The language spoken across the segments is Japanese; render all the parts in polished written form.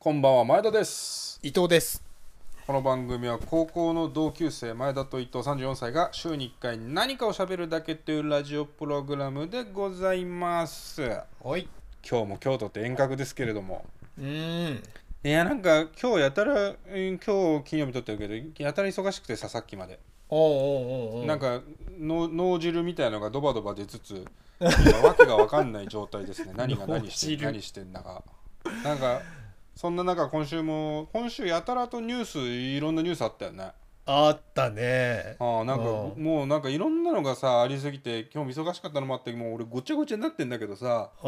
こんばんは、前田です。 伊藤です。 この番組は高校の同級生前田と伊藤34歳が週に1回何かを喋るだけというラジオプログラムでございます。 はい。 今日も京都って遠隔ですけれども、 ん。 いやなんか今日やたら、今日金曜日撮ってるけどやたら忙しくてさっきまでおうおうおうおう。 なんか脳汁みたいなのがドバドバ出つつわけが分かんない状態ですね。何が何してんだかなんかそんな中今週やたらといろんなニュースあったよね。 あったね。 なんかもうなんかいろんなのがさありすぎて今日も忙しかったのもあってもう俺ごちゃごちゃになってんだけどさ、 うん。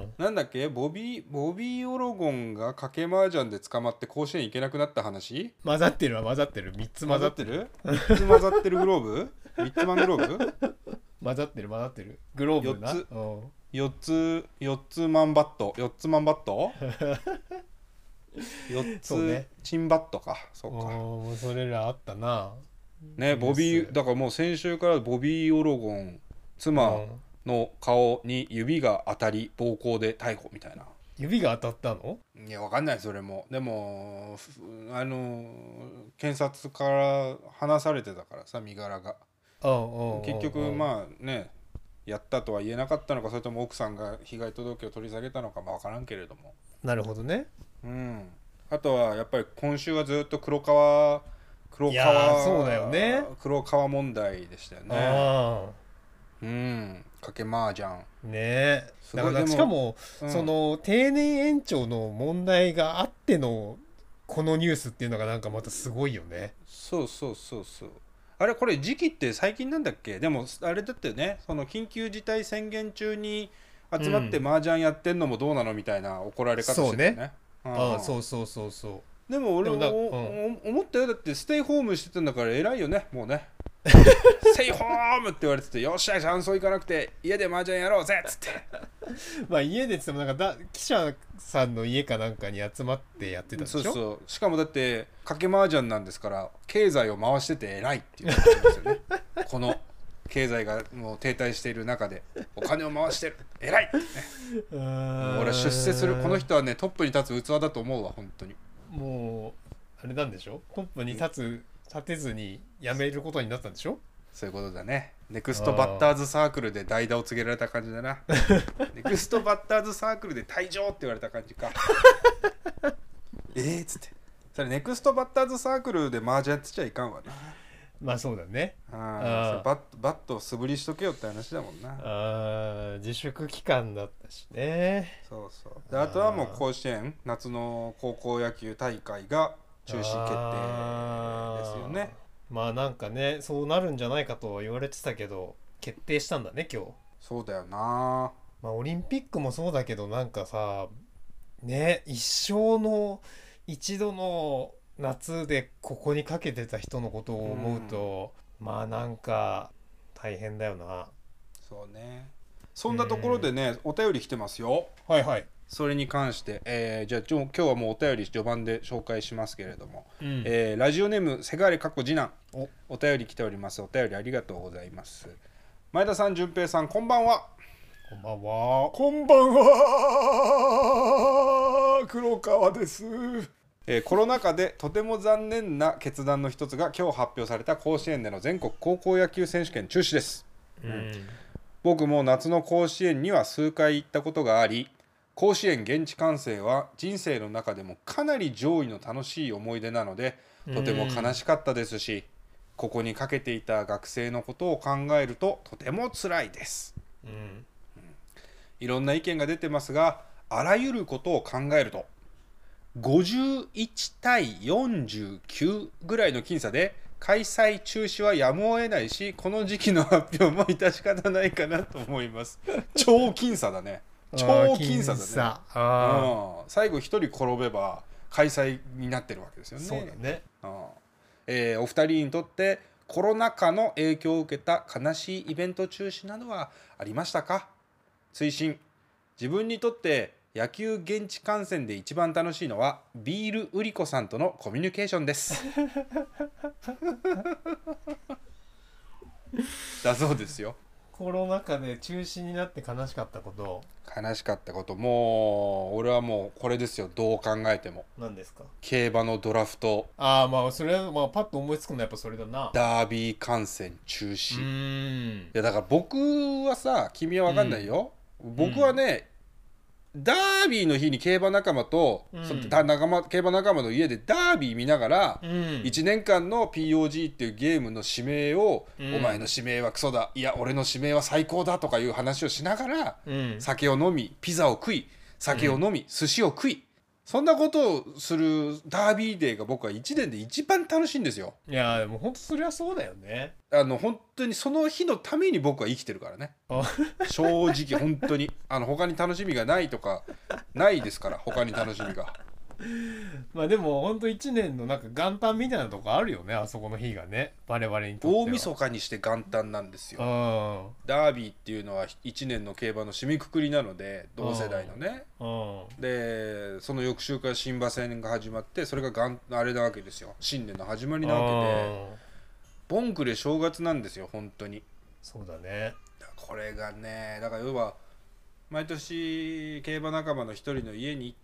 なんだっけボビー・オロゴンが賭け麻雀で捕まって甲子園行けなくなった話。 混ざってるわ、混ざってる。3つ混ざってる。 3つ混ざってるグローブ3つマングローブ混ざってる、混ざってる。グローブな。 4つマンバット4つマンバット4つそうね。 チンバットか。そうかもうそれらあったな。 ね。だからもう先週からボビー・オロゴン妻の顔に指が当たり暴行で逮捕みたいな。 指が当たったの？ いやわかんないそれも。でも検察から話されてたからさ、身柄が。結局まあね、やったとは言えなかったのか、それとも奥さんが被害届を取り下げたのかもわからんけれども。 なるほどね。 あとはやっぱり今週はずっといやー、そうだよね。 黒川問題でしたよね。賭け麻雀ねえ。 すごい。 だからしかも、その定年延長の問題があってのこのニュースっていうのがなんかまたすごいよね。 そう。あれこれ時期って最近なんだっけ。でもあれだってね、その緊急事態宣言中に集まって麻雀やってんのもどうなのみたいな怒られ方してたよね。 そう。 でも俺も思ったよ。だってステイホームしてたんだから偉いよね、もうね。ステイホームって言われてて、よっしゃチャンス行かなくて家で麻雀やろうぜっつって。 まあ家でつってもなんか記者さんの家かなんかに集まってやってたでしょ。 そうしかもだって賭け麻雀なんですから経済を回してて偉いっていうことですよね。この経済がもう停滞している中でお金を回してる偉いってね。俺は出世するこの人はね、トップに立つ器だと思うわ本当に。 もうあれなんでしょ、トップに立てずに辞めることになったんでしょ。 そういうことだね。ネクストバッターズサークルで代打を告げられた感じだな。ネクストバッターズサークルで退場って言われた感じか。っつって、それネクストバッターズサークルで麻雀やってちゃいかんわな。 まあそうだね。 バットを素振りしとけよって話だもんな。 自粛期間だったしね。 そうで、あとはもう甲子園夏の高校野球大会が中止決定ですよね。 まあなんかね、そうなるんじゃないかと言われてたけど決定したんだね今日。 そうだよな。 まあオリンピックもそうだけどなんかさね、一生の一度の夏でここにかけてた人のことを思うと、まあなんか大変だよな。 そうね。そんなところでね、お便り来てますよ。 はいはい。 それに関して、じゃあ今日はもうお便り序盤で紹介しますけれども、ラジオネームせがれかっこ次男、お便り来ております。お便りありがとうございます。前田さん、淳平さん、こんばんは。 こんばんは。こんばんは。黒川です。 コロナ禍でとても残念な決断の一つが今日発表された甲子園での全国高校野球選手権中止です。僕も夏の甲子園には数回行ったことがあり、甲子園現地観戦は人生の中でもかなり上位の楽しい思い出なので、とても悲しかったですし、ここにかけていた学生のことを考えるととても辛いです。いろんな意見が出てますが、あらゆることを考えると51対49ぐらいの僅差で開催中止はやむを得ないし、この時期の発表も致し方ないかなと思います。超僅差だね。超僅差だね。最後一人転べば開催になってるわけですよね。 そうだね。 お二人にとってコロナ禍の影響を受けた悲しいイベント中止などはありましたか？推進。自分にとって野球現地観戦で一番楽しいのはビール売り子さんとのコミュニケーションですだそうですよ。 コロナ禍で中止になって悲しかったこと。 悲しかったこと、もう俺はもうこれですよ。どう考えても何ですか？ 競馬のドラフト、 ああ、まあそれはまあパッと思いつくのはやっぱそれだな。 ダービー観戦中止。 いやだから僕はさ、君は分かんないよ、僕はね、ダービーの日に競馬仲間と、その競馬仲間の家でダービー見ながら、1年間の POG っていうゲームの指名を、お前の指名はクソだ、いや俺の指名は最高だとかいう話をしながら、酒を飲み、ピザを食い、酒を飲み、寿司を食い、そんなことをするダービーデーが僕は1年で一番楽しいんですよ。 いやでも本当それはそうだよね。 本当にその日のために僕は生きてるからね。正直本当に他に楽しみがないとかないですから。他に楽しみがまあでも本当1年のなんか元旦みたいなとこあるよね、あそこの日がね、我々にとっては。 大晦日にして元旦なんですよ。ダービーっていうのは1年の競馬の締めくくりなので、同世代のね。でその翌週から新馬戦が始まって、それがあれなわけですよ、新年の始まりなわけで、ボンクレ正月なんですよ本当に。 そうだね。 これがね、だから要は毎年競馬仲間の一人の家に行って、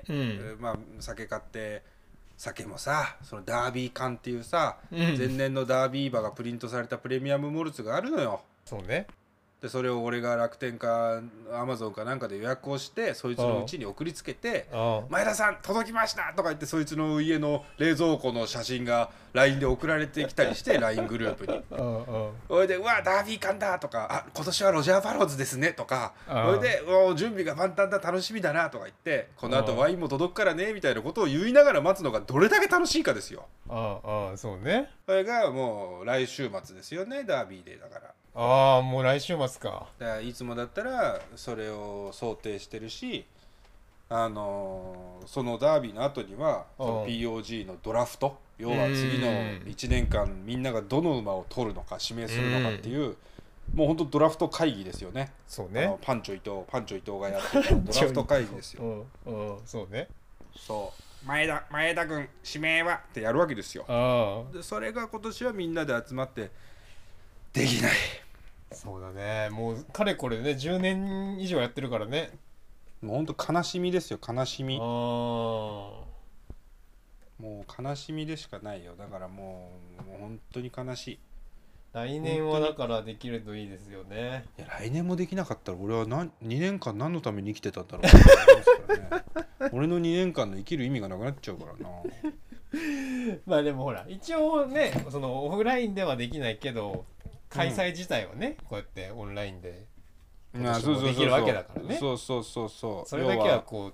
まあ酒買って、酒もさ、そのダービー缶っていうさ、前年のダービー馬がプリントされたプレミアムモルツがあるのよ。 そうね。 でそれを俺が楽天かアマゾンかなんかで予約をして、そいつのうちに送りつけて、前田さん届きましたとか言って、そいつの家の冷蔵庫の写真が LINE で送られてきたりして、 LINE グループにそれで、うわダービー缶だとか、あ今年はロジャー・バローズですねとか、それで準備が万端だ、楽しみだなとか言って、このあとワインも届くからねみたいなことを言いながら待つのがどれだけ楽しいかですよ。 そうね。 それがもう来週末ですよね、ダービーデーだから。 もう来週末か。 だからいつもだったらそれを想定してるし、そのダービーの後にはその POG のドラフト、要は次の1年間みんながどの馬を取るのか指名するのかっていう、もう本当ドラフト会議ですよね。 そうね。 パンチョ伊藤がやってたドラフト会議ですよ。 そうね。 そう前田君指名はってやるわけですよ。でそれが今年はみんなで集まってできない。 そうだね。もうかれこれね10年以上やってるからね。 もうほんと悲しみですよ、悲しみ。もう悲しみでしかないよ。だからもう本当に悲しい。 来年はだからできるといいですよね。 いや来年もできなかったら俺は2年間何のために生きてたんだろうって思いますからね。俺の2年間の生きる意味がなくなっちゃうからな。 まあでもほら一応ね、そのオフラインではできないけど開催自体はね、こうやってオンラインでできるわけだからね。 そうそれだけはこう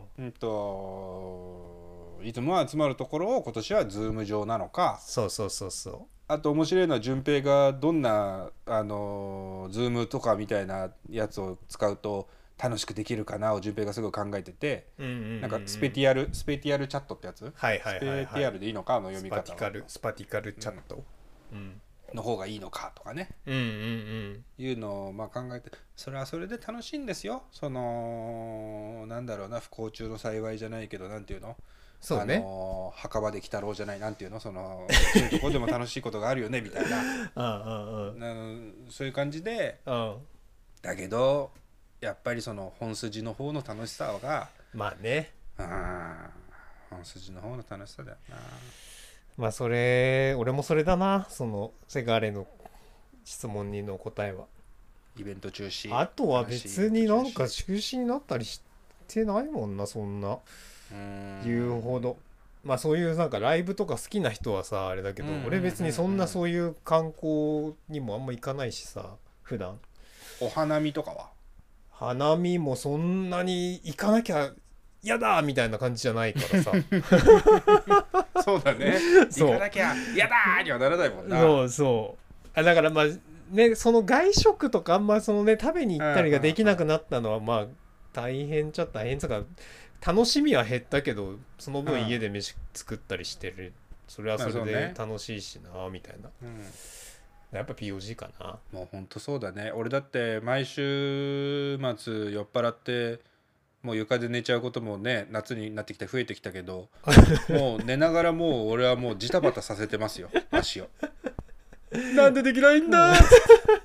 いつもは集まるところを今年はズーム上なのか。 そうあと面白いのは順平がどんなズームとかみたいなやつを使うと楽しくできるかなを順平がすごい考えてて、なんかスペティアルチャットってやつ、スペティアルでいいのか、読み方はスパティカルチャット、 の方がいいのかとかね、いうのをまあ考えて、それはそれで楽しいんですよ。そのなんだろうな、不幸中の幸いじゃないけど、なんていうの、 そうね、 墓場で鬼太郎じゃない、なんていうの、そのそういうところでも楽しいことがあるよねみたいなそういう感じで、だけどやっぱりその本筋の方の楽しさが、 まあね、 本筋の方の楽しさだよな。 まあそれ俺もそれだな、そのセガーレの質問にの答えはイベント中止。 あとは別になんか中止になったりしてないもんな、そんな言うほど。まあそういうなんかライブとか好きな人はさあれだけど、俺別にそんなそういう観光にもあんま行かないしさ、普段。 お花見とかは？ 花見もそんなに行かなきゃやだみたいな感じじゃないからさ。 そうだね。行かなきゃやだにはならないもんな。 だからまあね、その外食とかあんまそのね食べに行ったりができなくなったのはまあ大変っちゃ大変つか、楽しみは減ったけどその分家で飯作ったりしてる、それはそれで楽しいしなみたいな。やっぱ POG かな。 もうほんとそうだね。俺だって毎週末酔っ払ってもう床で寝ちゃうこともね、夏になってきて増えてきたけどもう寝ながらもう俺はもうジタバタさせてますよ、足を。なんでできないんだ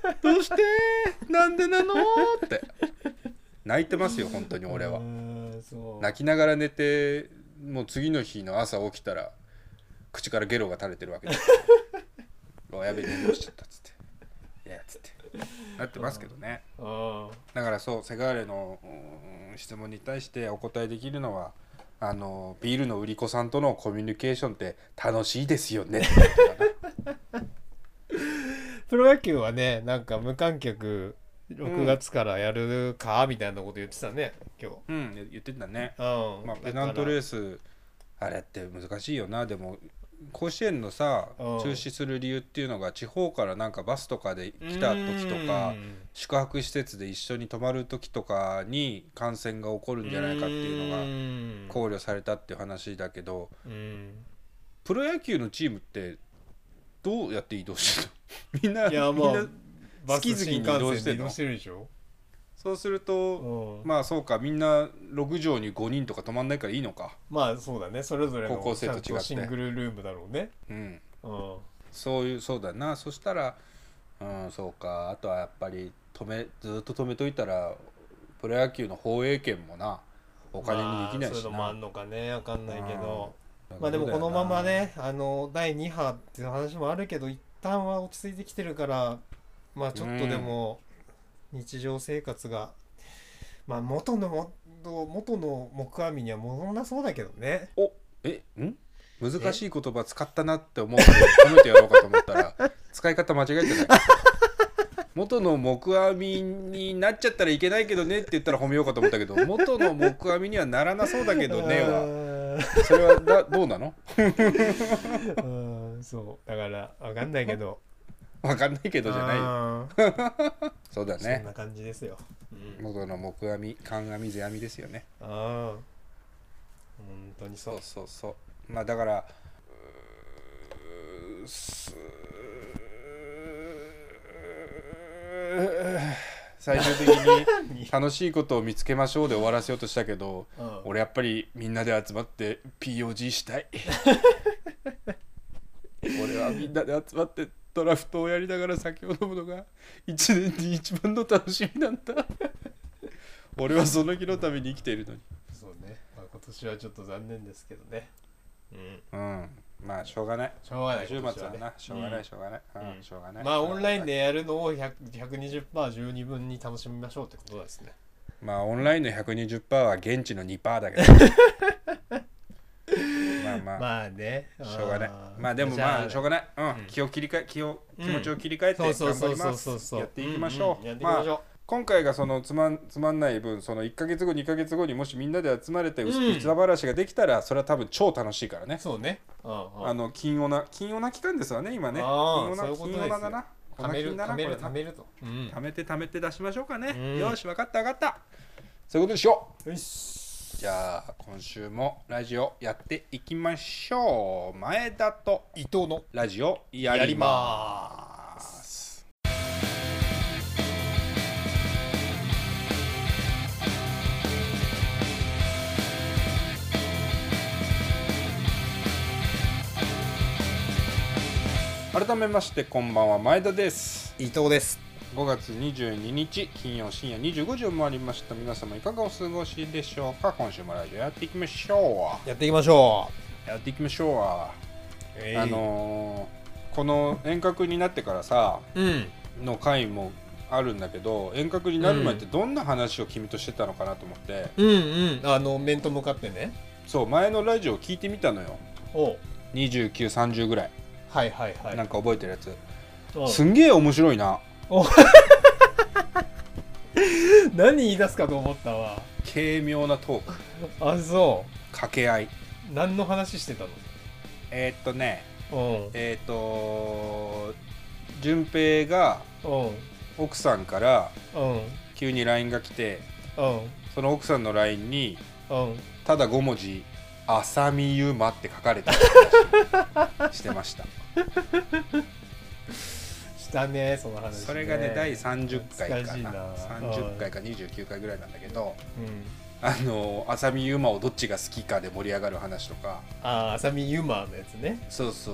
どうしてなんでなのって泣いてますよ本当に俺は。 そう泣きながら寝て、もう次の日の朝起きたら口からゲロが垂れてるわけですよやべえ寝坊しちゃったっつっていやっつってなってますけどね。だからそうセガーレの質問に対してお答えできるのはビールの売り子さんとのコミュニケーションって楽しいですよねってことかなプロ野球はねなんか無観客6月からやるかみたいなこと言ってたね今日。 言ってたね。 まあペナントレースあれって難しいよな。でも甲子園のさ中止する理由っていうのが地方からなんかバスとかで来た時とか宿泊施設で一緒に泊まる時とかに感染が起こるんじゃないかっていうのが考慮されたっていう話だけど、プロ野球のチームってどうやって移動してるのみんな好き好きに移動してるの。そうすると、まあそうかみんな6畳に5人とか泊まんないからいいのか。 まあそうだねそれぞれの高校生と違ってシングルルームだろうね。 そうだな。そしたらそうか。あとはやっぱりずっと止めといたらプロ野球の放映権もなお金にできないしな。 そういうのもあんのかね分かんないけど、まあでもこのままね第2波っていう話もあるけど一旦は落ち着いてきてるからまあちょっとでも日常生活がまあ元の木阿弥には戻らなそうだけどね。 難しい言葉使ったなって思うので褒めてやろうかと思ったら使い方間違えてない元の木阿弥になっちゃったらいけないけどねって言ったら褒めようかと思ったけど元の木阿弥にはならなそうだけどねはそれはどうなのそうだから分かんないけど分かんないけどじゃないよそうだねそんな感じですよ、 元の木阿弥観阿弥世阿弥ですよね。 本当にそうまあだから最終的に楽しいことを見つけましょうで終わらせようとしたけど、俺やっぱりみんなで集まって POG したい俺はみんなで集まってドラフトをやりながら酒を飲むのが一年に一番の楽しみなんだ俺はその日のために生きているのに。 そうね、まあ、今年はちょっと残念ですけどね。 まあしょうがない週末はなしょうがないしょうがないまあオンラインでやるのを 120% 十二分に楽しみましょうってことですね。 まあオンラインの 120% は現地の 2% だけどまあねしょうがない。まあでもまあしょうがない。気持ちを切り替えて頑張ります。やっていきましょう。まあ今回がそのつまんない分その1ヶ月後2ヶ月後にもしみんなで集まれてうちわ話ができたらそれは多分超楽しいからね。 そうね。 金曜な期間ですわね今ね。金曜なだな。 貯めると。 貯めて出しましょうかね。よし分かったそういうことにしよう。じゃあ今週もラジオやっていきましょう。前田と伊藤のラジオやります。改めましてこんばんは、前田です。 伊藤です。 5月22日金曜深夜25時を回りました。皆様いかがお過ごしでしょうか。今週もラジオやっていきましょう。この遠隔になってからさ、の回もあるんだけど、遠隔になる前ってどんな話を君としてたのかなと思って、 面と向かってね。 そう前のラジオを聞いてみたのよ。29、30ぐらい。なんか覚えてるやつ。すんげえ面白いな。 何言い出すかと思ったわ。 軽妙なトーク。 そう掛け合い。 何の話してたの？ 順平が奥さんから急に LINE が来て、その奥さんの LINE にただ5文字浅見ゆまって書かれて話してましたしたね、その話ね。 それがね第30回かな、30回か29回ぐらいなんだけど、 浅見ゆまをどっちが好きかで盛り上がる話とか。 ああ、浅見ゆまのやつね。 そうそう、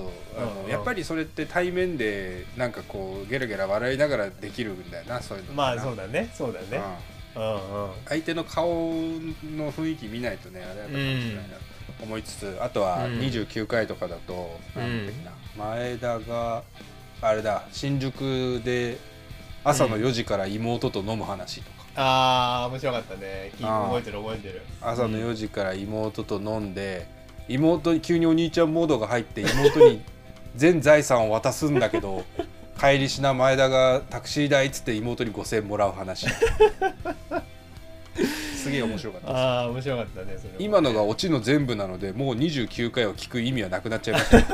やっぱりそれって対面でなんかこうゲラゲラ笑いながらできるんだよな、そういうの。 まあそうだね、そうだね。 相手の顔の雰囲気見ないとね、あれやっぱかもしれないなと思いつつ、あとは29回とかだと、なんだっけな、前田があれだ、新宿で朝の4時から妹と飲む話とか。 ああ、面白かったね。覚えてる覚えてる。 朝の4時から妹と飲んで、妹に急にお兄ちゃんモードが入って妹に全財産を渡すんだけど帰りしな前田がタクシー代っつって妹に5000円もらう話すげえ面白かったです。 ああ、面白かったね、それはね。 今のがオチの全部なのでもう29回を聞く意味はなくなっちゃいました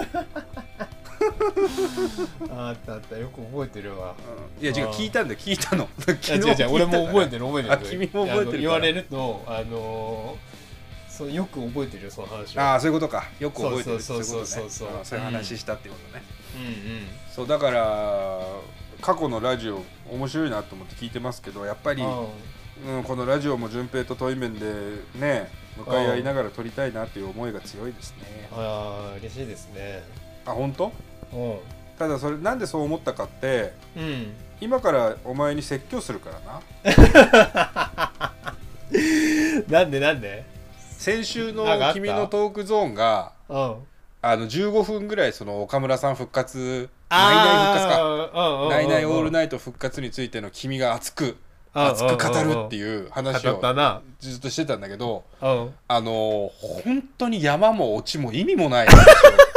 あったあった、よく覚えてるわ。 いや違う、聞いたんだよ、聞いたの違う、俺も覚えてる覚えてる。 君も覚えてる。 言われるとそうよく覚えてるよ、その話は。 ああ、そういうことか、よく覚えてる。 そういう話したっていうことね。 そうだから過去のラジオ面白いなと思って聞いてますけど、やっぱりこのラジオも順平と対面でね向かい合いながら撮りたいなっていう思いが強いですね。 ああ、嬉しいですね。 あ、本当？ただそれなんでそう思ったかって、今からお前に説教するからな。 なんで先週の君のトークゾーンが15分ぐらいその岡村さん復活、ナイナイ復活か、ナイナイオールナイト復活についての君が熱く語るっていう話をずっとしてたんだけど、本当に山も落ちも意味もない話を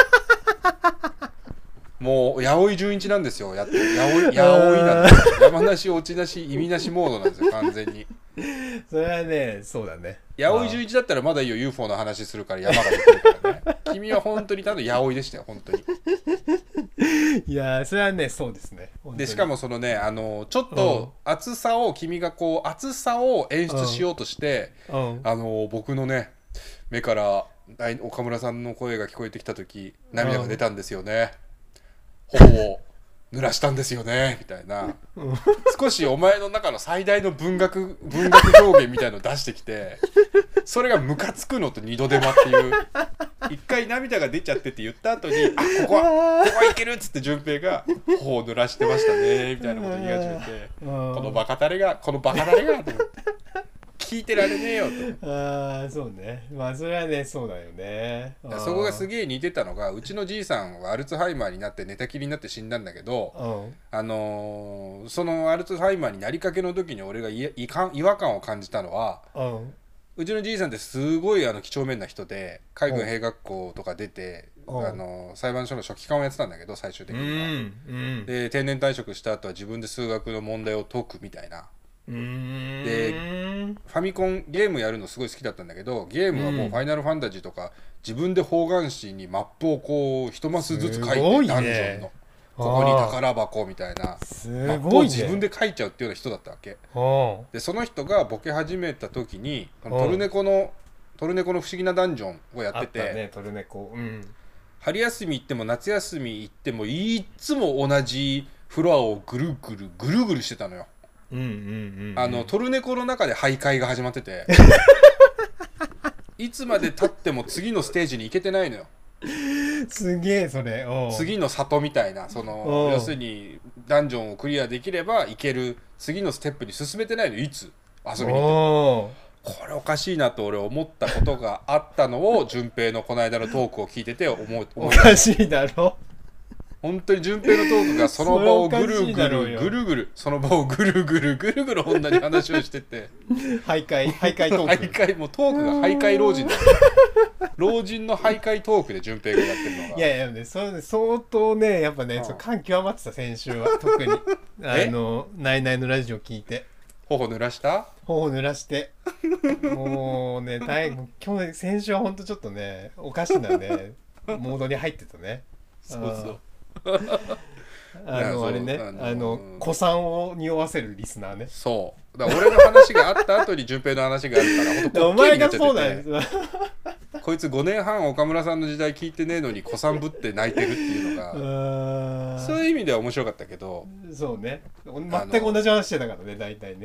もう八百純一なんですよ。八百なんですよ。山なし落ちなし意味なしモードなんですよ、完全に。 それはね、そうだね。 八百純一だったらまだいいよ、 UFO の話するから山ができるからね。君は本当にただ八百でしたよ、本当に。 いや、それはね、そうですね。 でしかもそのね、ちょっと熱さを君がこう熱さを演出しようとして、僕のね目から岡村さんの声が聞こえてきた時涙が出たんですよね、頬を濡らしたんですよねみたいな、少しお前の中の最大の文学表現みたいのを出してきて、それがムカつくのと二度手間っていう、一回涙が出ちゃってって言った後に、ここはいけるっつって順平が頬を濡らしてましたねみたいなこと言い始めて、このバカタレがと思って聞いてられねえよと。 ああ、そうね。まあそれはね、そうだよね。 そこがすげえ似てたのが、うちのじいさんはアルツハイマーになって寝たきりになって死んだんだけど、そのアルツハイマーになりかけの時に俺が違和感を感じたのは、うちのじいさんってすごい几帳面な人で、海軍兵学校とか出て裁判所の書記官をやってたんだけど、最終的には、で定年退職した後は自分で数学の問題を解くみたいな。でファミコンゲームやるのすごい好きだったんだけど、ゲームはもうファイナルファンタジーとか自分で方眼紙にマップをこう一マスずつ書いて、ダンジョンのここに宝箱みたいなマップを自分で書いちゃうっていうような人だったわけで、その人がボケ始めた時にトルネコの不思議なダンジョンをやってて、春休み行っても夏休み行ってもいつも同じフロアをぐるぐるしてたのよ。トルネコの中で徘徊が始まってていつまで経っても次のステージに行けてないのよ。 すげえそれ。 次の里みたいな、要するにダンジョンをクリアできれば行ける次のステップに進めてないの、いつ遊びに行っても。これおかしいなと俺思ったことがあったのを順平のこの間のトークを聞いてておかしいだろ。 本当に順平のトークがその場をぐるぐるその場をぐるぐる女に話をしてて徘徊トークもうトークが徘徊老人だ老人の徘徊トークで順平がやってるのが、 いやね、それ相当ね、やっぱね、感極まってた、先週は特にナイナイのラジオ聞いて頬濡らしてもうね、先週はほんとちょっとね、おかしなねモードに入ってたね。 そうあれね、古参を匂わせるリスナーね。 そうだから俺の話があった後に順平の話があるからほんとポッキリになっちゃっててこいつ5年半岡村さんの時代聞いてねえのに古参ぶって泣いてるっていうのがそういう意味では面白かったけど、 そうね、全く同じ話してたからね、大体ね。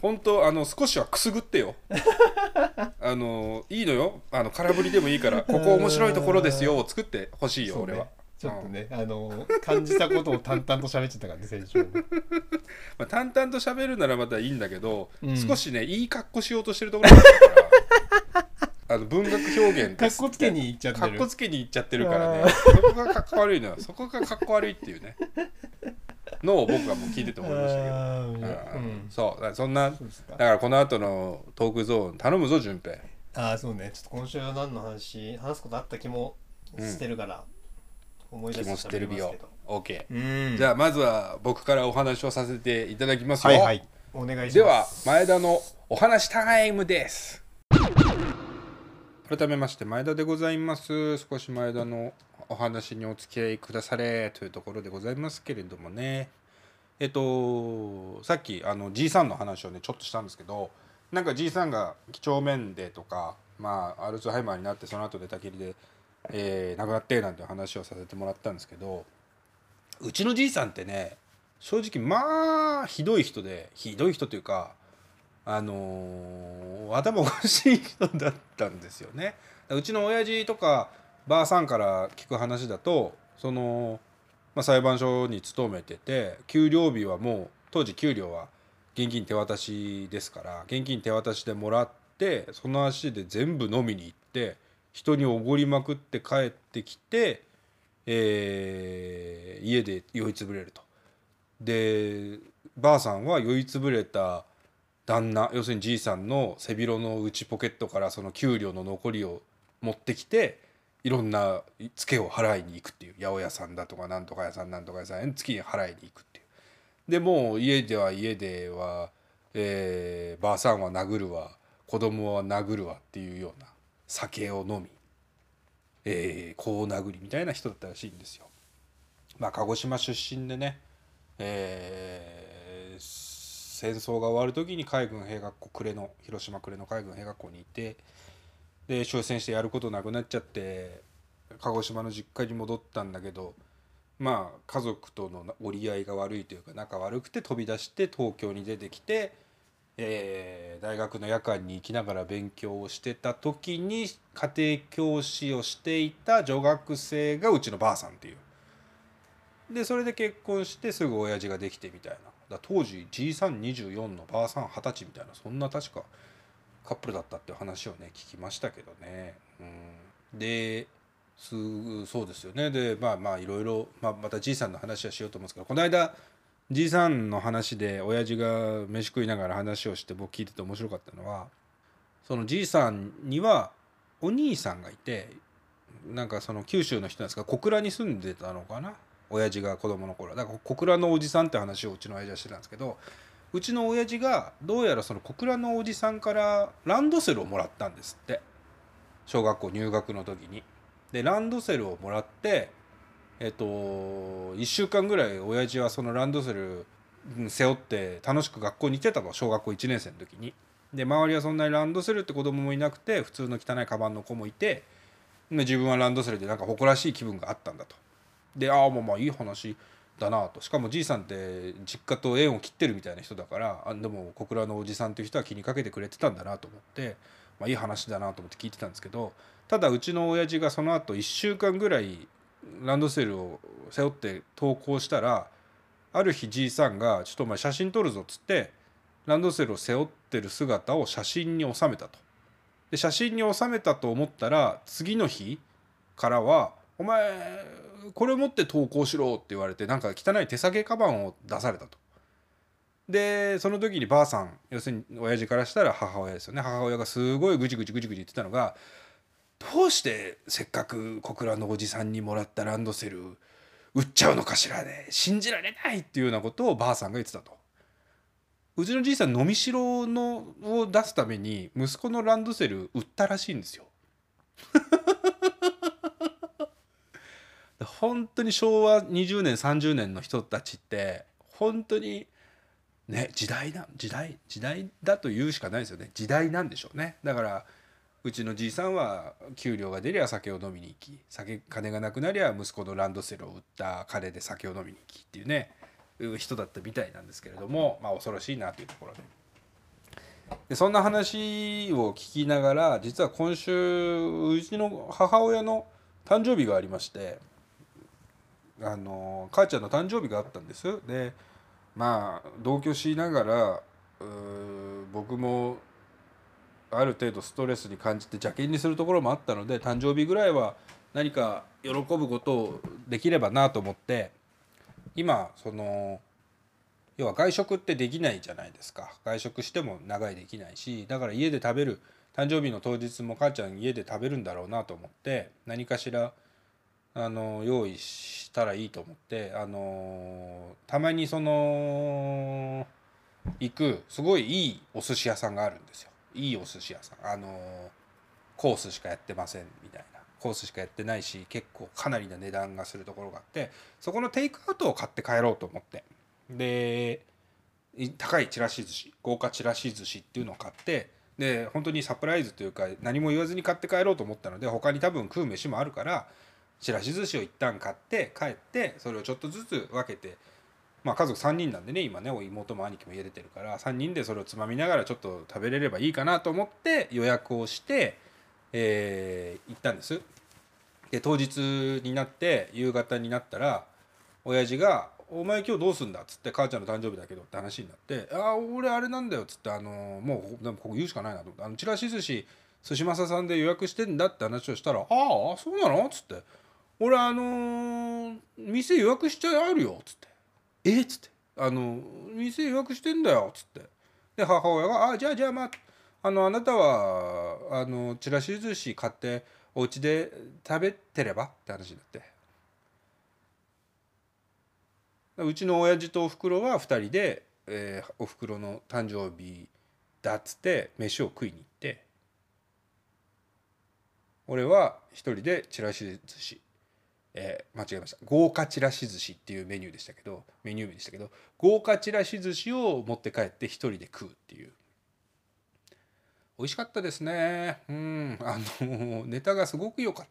本当少しはくすぐってよいいのよ空振りでもいいからここ面白いところですよを作ってほしいよ、俺は。 ちょっとね、感じたことを淡々と喋っちゃったからね、先週も。 まあ、淡々と喋るならまたいいんだけど、少しねいい格好しようとしてるところだから文学表現格好つけにいっちゃってる。 格好つけにいっちゃってるからね、そこが格好悪いのよ。そこが格好悪いっていうねのを僕はもう聞いてて思いましたけど、そうそんな、だからこの後のトークゾーン頼むぞ順平。 そうね、ちょっと今週は何の話すことあった気もしてるから、思い出して喋りますけど。 OK、じゃあまずは僕からお話をさせていただきますよ。 はいはい、お願いします。 では前田のお話タイムです。改めまして前田でございます。少し前田のお話にお付き合いくだされというところでございますけれどもね、さっきG さんの話をねちょっとしたんですけど、なんか G さんが几帳面でとか、まあアルツハイマーになってその後寝たきりで、亡くなってなんて話をさせてもらったんですけど、うちのじいさんってね正直まあひどい人というか頭おかしい人だったんですよね。うちの親父とかばあさんから聞く話だと裁判所に勤めてて、給料日はもう当時給料は現金手渡しですから、現金手渡しでもらってその足で全部飲みに行って人におごりまくって帰ってきて、家で酔いつぶれると。でばあさんは酔いつぶれた旦那、要するにじいさんの背広の内ポケットからその給料の残りを持ってきていろんなツケを払いに行くっていう、八百屋さんだとかなんとか屋さんなんとか屋さんに月に払いに行くっていう。でもう家では、ばあさんは殴るわ子供は殴るわっていうような酒を飲み、こう殴りみたいな人だったらしいんですよ。まあ鹿児島出身でね、戦争が終わる時に海軍兵学校広島呉の海軍兵学校にいて、で終戦してやることなくなっちゃって鹿児島の実家に戻ったんだけど、まあ家族との折り合いが悪いというか仲悪くて飛び出して東京に出てきて、大学の夜間に行きながら勉強をしてた時に家庭教師をしていた女学生がうちのばあさんっていう。でそれで結婚してすぐ親父ができてみたいな。当時じいさん24のばあさん20歳みたいな、そんな確かカップルだったっていう話をね聞きましたけどね。でそうですよね。でまあいろいろ、またじいさんの話はしようと思うんですけど、この間じいさんの話で親父が飯食いながら話をして僕聞いてて面白かったのは、そのじいさんにはお兄さんがいて、なんかその九州の人なんですが小倉に住んでたのかな、親父が子供の頃だから小倉のおじさんって話をうちの親父はしてたんですけど、うちの親父がどうやらその小倉のおじさんからランドセルをもらったんですって、小学校入学の時に。でランドセルをもらって1週間ぐらい親父はそのランドセル背負って楽しく学校に行ってたの、小学校1年生の時に。で周りはそんなにランドセルって子供もいなくて普通の汚いカバンの子もいて、で自分はランドセルでなんか誇らしい気分があったんだと。でまあいい話だなと。しかもじいさんって実家と縁を切ってるみたいな人だから、でも小倉のおじさんっていう人は気にかけてくれてたんだなと思って、まあ、いい話だなと思って聞いてたんですけど、ただうちの親父がその後1週間ぐらいランドセルを背負って登校したら、ある日じいさんがちょっとお前写真撮るぞっつってランドセルを背負ってる姿を写真に収めたと。で写真に収めたと思ったら次の日からはお前これを持って投稿しろって言われて、なんか汚い手提げカバンを出されたと。でその時にばあさん、要するに親父からしたら母親ですよね、母親がすごいぐちぐち言ってたのが、どうしてせっかく小倉のおじさんにもらったランドセル売っちゃうのかしらね、信じられないっていうようなことをばあさんが言ってたと。うちのじいさん飲みしろを出すために息子のランドセル売ったらしいんですよ本当に昭和20年30年の人たちって本当にね、時代だと言うしかないですよね。時代なんでしょうね。だからうちのじいさんは給料が出りゃ酒を飲みに行き、金がなくなりゃ息子のランドセルを売った金で酒を飲みに行きっていうね人だったみたいなんですけれども、まあ恐ろしいなというところで。 でそんな話を聞きながら、実は今週うちの母親の誕生日がありまして、母ちゃんの誕生日があったんです。でまあ同居しながら僕もある程度ストレスに感じて邪険にするところもあったので、誕生日ぐらいは何か喜ぶことをできればなと思って、今要は外食ってできないじゃないですか。外食しても長いできないし、だから家で食べる、誕生日の当日も母ちゃん家で食べるんだろうなと思って、何かしら用意したらいいと思って、たまに行くすごいいいお寿司屋さんがあるんですよ。いいお寿司屋さん、コースしかやってませんみたいな、コースしかやってないし結構かなりな値段がするところがあって、そこのテイクアウトを買って帰ろうと思って、で高いちらし寿司、豪華ちらし寿司っていうのを買って、で本当にサプライズというか何も言わずに買って帰ろうと思ったので、他に多分食う飯もあるからちらし寿司を一旦買って帰って、それをちょっとずつ分けて、まあ家族3人なんでね、今ね妹も兄貴も家出てるから3人でそれをつまみながらちょっと食べれればいいかなと思って予約をして、行ったんです。で当日になって夕方になったら親父が「お前今日どうすんだ?」っつって、「母ちゃんの誕生日だけど」って話になって「ああ俺あれなんだよ」っつって、もうでもここ言うしかないなと思って、ちらし寿司寿司正さんで予約してんだって話をしたら「ああそうなの?」っつって「俺店予約しちゃあるよ」っつって「えっ?」つって「店予約してんだよ」っつって、で母親が「あじゃあまああなたはちらし寿司買ってお家で食べてれば」って話になって、うちの親父とおふくろは2人で、おふくろの誕生日だっつって飯を食いに行って、俺は一人でちらし寿司、間違えました、豪華ちらし寿司っていうメニューでしたけど、豪華ちらし寿司を持って帰って一人で食うっていう。美味しかったですね。ネタがすごく良かった。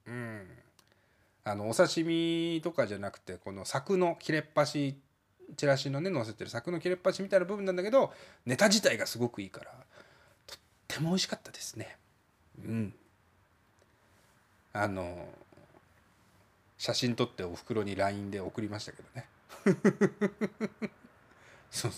お刺身とかじゃなくて、この柵の切れっ端、チラシのね載せてる柵の切れっ端みたいな部分なんだけど、ネタ自体がすごくいいからとっても美味しかったですね。写真撮っておふくろに LINE で送りましたけどね。そう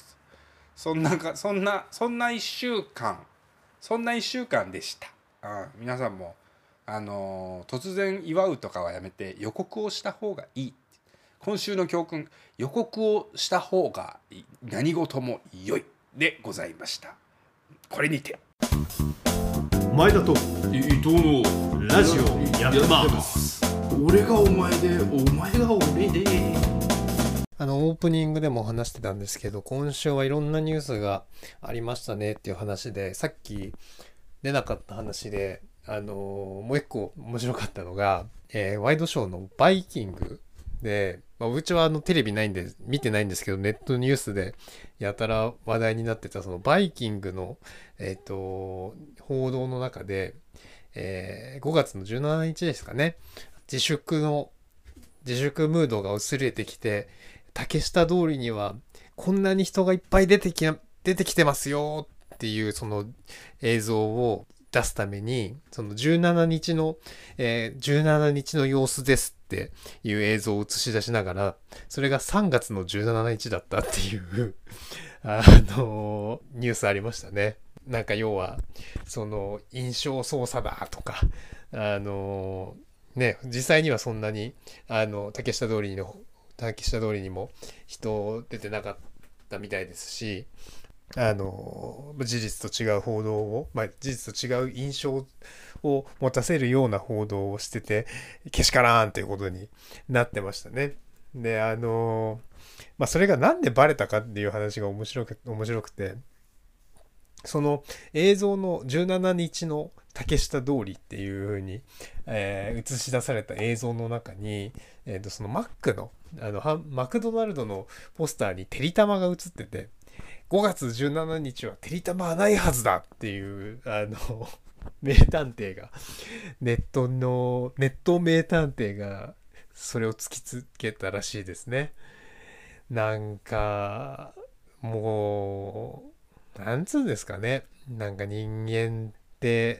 そんな1週間でした。皆さんも突然祝うとかはやめて予告をした方がいい。今週の教訓、予告をした方が何事も良いでございました。これにて前田と伊藤のラジオやってます。 俺がお前でお前が俺で。 オープニングでも話してたんですけど、今週はいろんなニュースがありましたねっていう話で、さっき出なかった話でもう一個面白かったのが、ワイドショーのバイキングで、うちはテレビないんで見てないんですけど、ネットニュースでやたら話題になってたそのバイキングの、報道の中で、5月の17日ですかね、自粛ムードが薄れてきて、竹下通りにはこんなに人がいっぱい出てきてますよっていうその映像を出すために、その17日の様子ですっていう映像を映し出しながら、それが3月の17日だったっていうニュースありましたね。なんか要はその印象操作だとか、実際にはそんなに竹下通りにも人出てなかったみたいですし、事実と違う報道を、事実と違う印象を持たせるような報道をしてて、けしからんということになってましたね。で、それがなんでバレたかっていう話が面白くて、その映像の17日の竹下通りっていう風に、映し出された映像の中に、そのマクドナルドのポスターにてりたまが映ってて、5月17日はてりたまはないはずだっていう名探偵が、ネット名探偵がそれを突きつけたらしいですね。なんかもうなんつうんですかね。なんか人間って、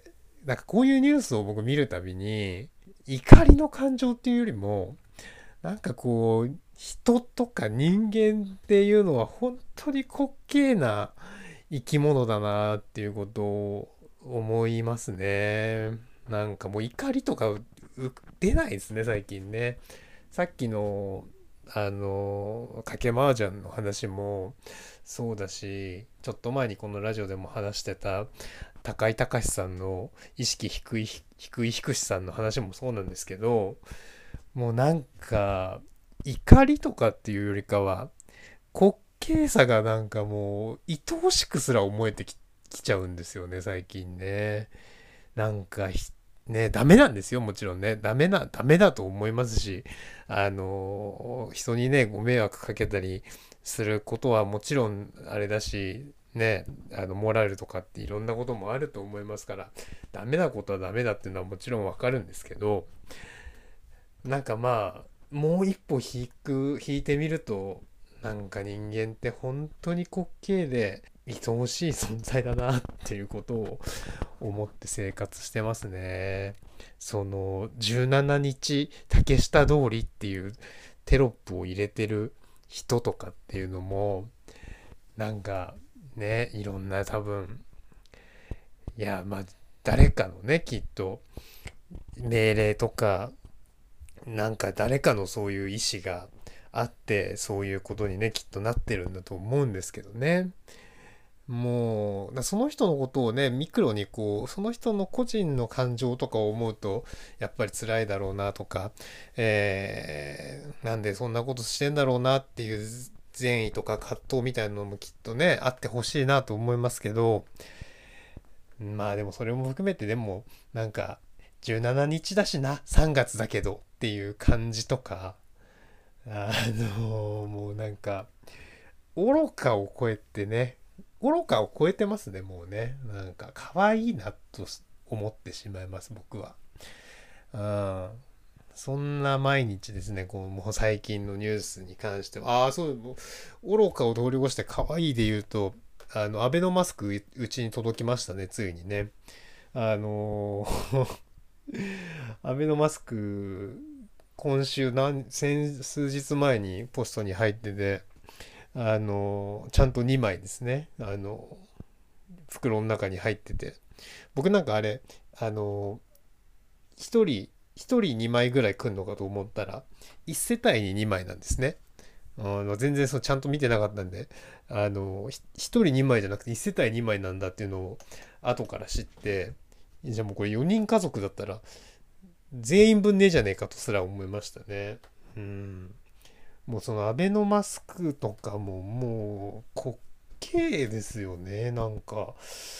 なんかこういうニュースを僕見るたびに、怒りの感情っていうよりも、なんかこう、人とか人間っていうのは本当に滑稽な生き物だなっていうことを思いますね。なんかもう怒りとか出ないですね、最近ね。さっきの、賭け麻雀の話もそうだし、ちょっと前にこのラジオでも話してた高井隆さんの意識低しさんの話もそうなんですけど、もうなんか怒りとかっていうよりかは滑稽さがなんかもう愛おしくすら思えてきちゃうんですよね、最近ね。なんかね、ダメなんですよ、もちろんね。ダメだと思いますし、人にね、ご迷惑かけたりすることはもちろんあれだし、ね、モラルとかっていろんなこともあると思いますから、ダメなことはダメだっていうのはもちろんわかるんですけど、なんかまあ、もう一歩引いてみると、なんか人間って本当に滑稽で愛おしい存在だなっていうことを思って生活してますね。その17日竹下通りっていうテロップを入れてる人とかっていうのもなんかね、いろんな多分、いやまあ誰かのね、きっと命令とかなんか誰かのそういう意思があってそういうことにねきっとなってるんだと思うんですけどね。もうその人のことをねミクロにこうその人の個人の感情とかを思うとやっぱり辛いだろうなとか、なんでそんなことしてんだろうなっていう善意とか葛藤みたいなのもきっとねあってほしいなと思いますけど、まあでもそれも含めてでもなんか17日だしな3月だけどっていう感じとかもうなんか愚かを超えてね、愚かを超えてますね、もうね。なんか可愛いなと思ってしまいます、僕は。うん。そんな毎日ですね、こう、もう最近のニュースに関しては、そう、もう愚かを通り越して可愛いで言うと、アベノマスクうちに届きましたね、ついにね。アベノマスク、今週数日前にポストに入ってて、ちゃんと2枚ですね。袋の中に入ってて。僕なんかあれ、1人、1人2枚ぐらい来るのかと思ったら、1世帯に2枚なんですね。全然ちゃんと見てなかったんで、1人2枚じゃなくて1世帯2枚なんだっていうのを後から知って、じゃあもうこれ4人家族だったら、全員分ねえじゃねえかとすら思いましたね。うん。もうそのアベノマスクとかももう滑稽ですよね。なんか、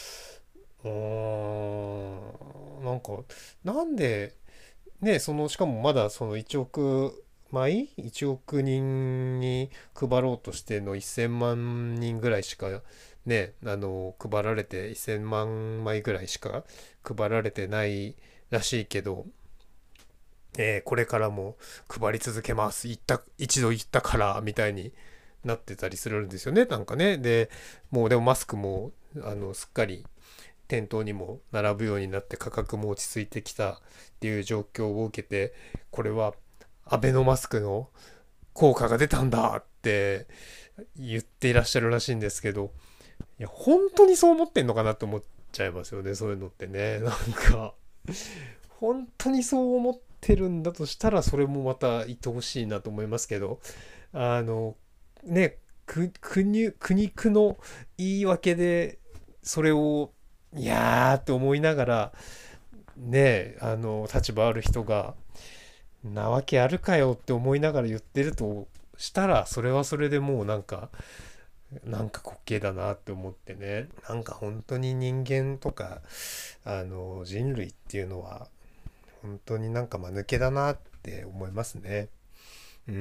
なんか、なんで、ね、しかもまだその1億枚 ?1 億人に配ろうとしての1000万人ぐらいしかね、配られて1000万枚ぐらいしか配られてないらしいけど、これからも配り続けます。一度言ったから、みたいになってたりするんですよね。なんかね。で、もうでもマスクも、すっかり店頭にも並ぶようになって価格も落ち着いてきたっていう状況を受けて、これはアベノマスクの効果が出たんだって言っていらっしゃるらしいんですけど、いや、本当にそう思ってんのかなと思っちゃいますよね。そういうのってね。なんか、本当にそう思ってるんだとしたらそれもまた愛おしいなと思いますけど、あのね、苦肉の言い訳でそれをいやーって思いながらね、立場ある人がなわけあるかよって思いながら言ってるとしたらそれはそれでもうなんか滑稽だなって思ってね、なんか本当に人間とか人類っていうのは本当になんか間抜けだなって思いますね。うん。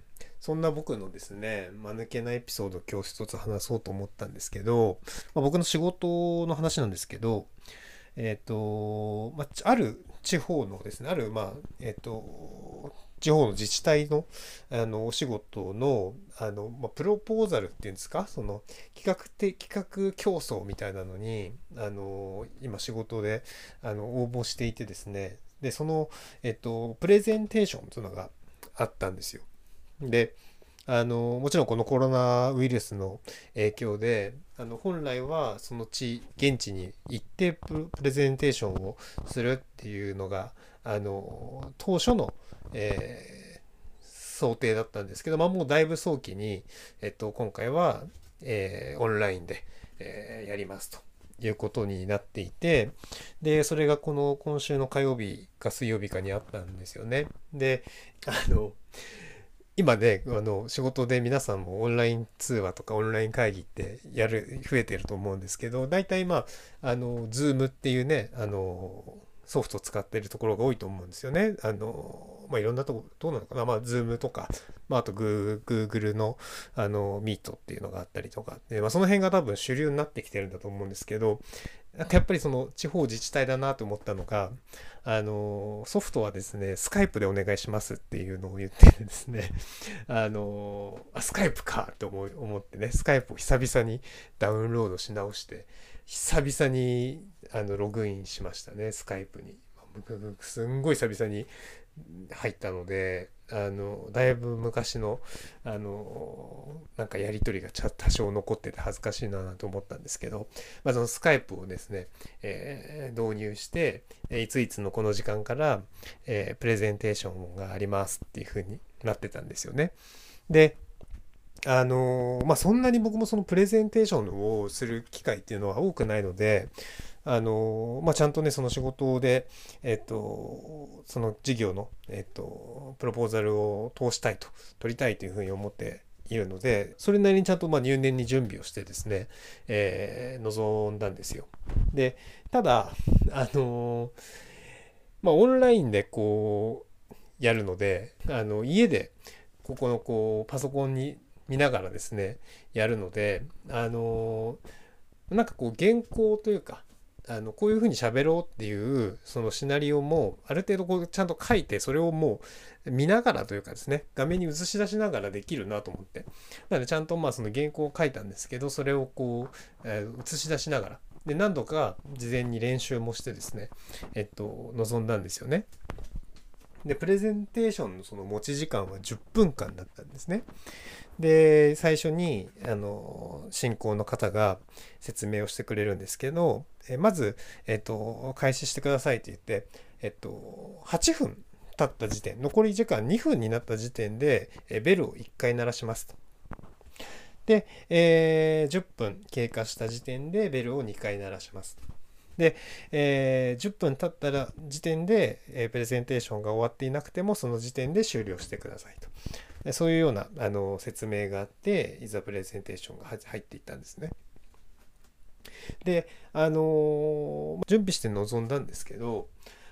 そんな僕のですね、間抜けなエピソードを今日一つ話そうと思ったんですけど、僕の仕事の話なんですけど、ある地方のですね、ある、 地方の自治体の、お仕事の、プロポーザルっていうんですか、その企画競争みたいなのに、今仕事で応募していてですね、でその、プレゼンテーションというのがあったんですよ。でもちろんこのコロナウイルスの影響で本来はその現地に行ってプレゼンテーションをするっていうのが当初の、想定だったんですけど、もうだいぶ早期に、今回は、オンラインで、やりますということになっていて、でそれが今週の火曜日か水曜日かにあったんですよね。で今ね仕事で皆さんもオンライン通話とかオンライン会議って増えてると思うんですけど、大体Zoom っていうねソフトを使っているところが多いと思うんですよね。いろんなとこどうなのかな、Zoom とか、あとGoogle のMeet っていうのがあったりとかで、その辺が多分主流になってきてるんだと思うんですけど、やっぱりその地方自治体だなと思ったのが、ソフトはですね、スカイプでお願いしますっていうのを言ってですね、スカイプかって思ってね、スカイプを久々にダウンロードし直して、久々にログインしましたね、スカイプに。すんごい久々に入ったので、だいぶ昔のなんかやり取りが多少残ってて恥ずかしいなと思ったんですけど、そのスカイプをですね、導入して、いついつのこの時間から、プレゼンテーションがありますっていう風になってたんですよね。でそんなに僕もそのプレゼンテーションをする機会っていうのは多くないので、ちゃんとねその仕事でその事業のプロポーザルを取りたいというふうに思っているので、それなりにちゃんと入念に準備をしてですね、臨んだんですよ。でただオンラインでやるので家でここのパソコンに見ながらですねやるのでなんか原稿というかこういうふうに喋ろうっていうそのシナリオもある程度ちゃんと書いて、それをもう見ながらというかですね、画面に映し出しながらできるなと思って、なのでちゃんとその原稿を書いたんですけど、それを映し出しながらで何度か事前に練習もしてですね臨んだんですよね。でプレゼンテーションのその持ち時間は10分間だったんですね。で最初に進行の方が説明をしてくれるんですけど、まず、開始してくださいって言って、8分経った時点、残り時間2分になった時点でベルを1回鳴らしますと。で、10分経過した時点でベルを2回鳴らします。で、10分経ったら時点で、プレゼンテーションが終わっていなくてもその時点で終了してくださいと。そういうような説明があって、いざプレゼンテーションが入っていったんですね。で、準備して臨んだんですけど、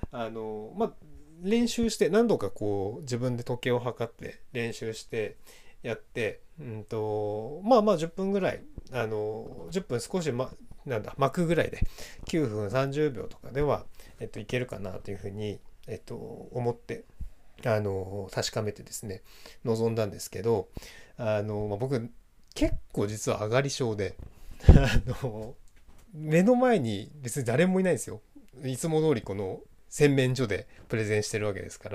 練習して何度か自分で時計を測って練習してやって、10分ぐらい10分少し巻くぐらいで9分30秒とかではいけるかなというふうに思って確かめてですね臨んだんですけど、僕結構実は上がり症で目の前に別に誰もいないんですよ。いつも通りこの洗面所でプレゼンしてるわけですから、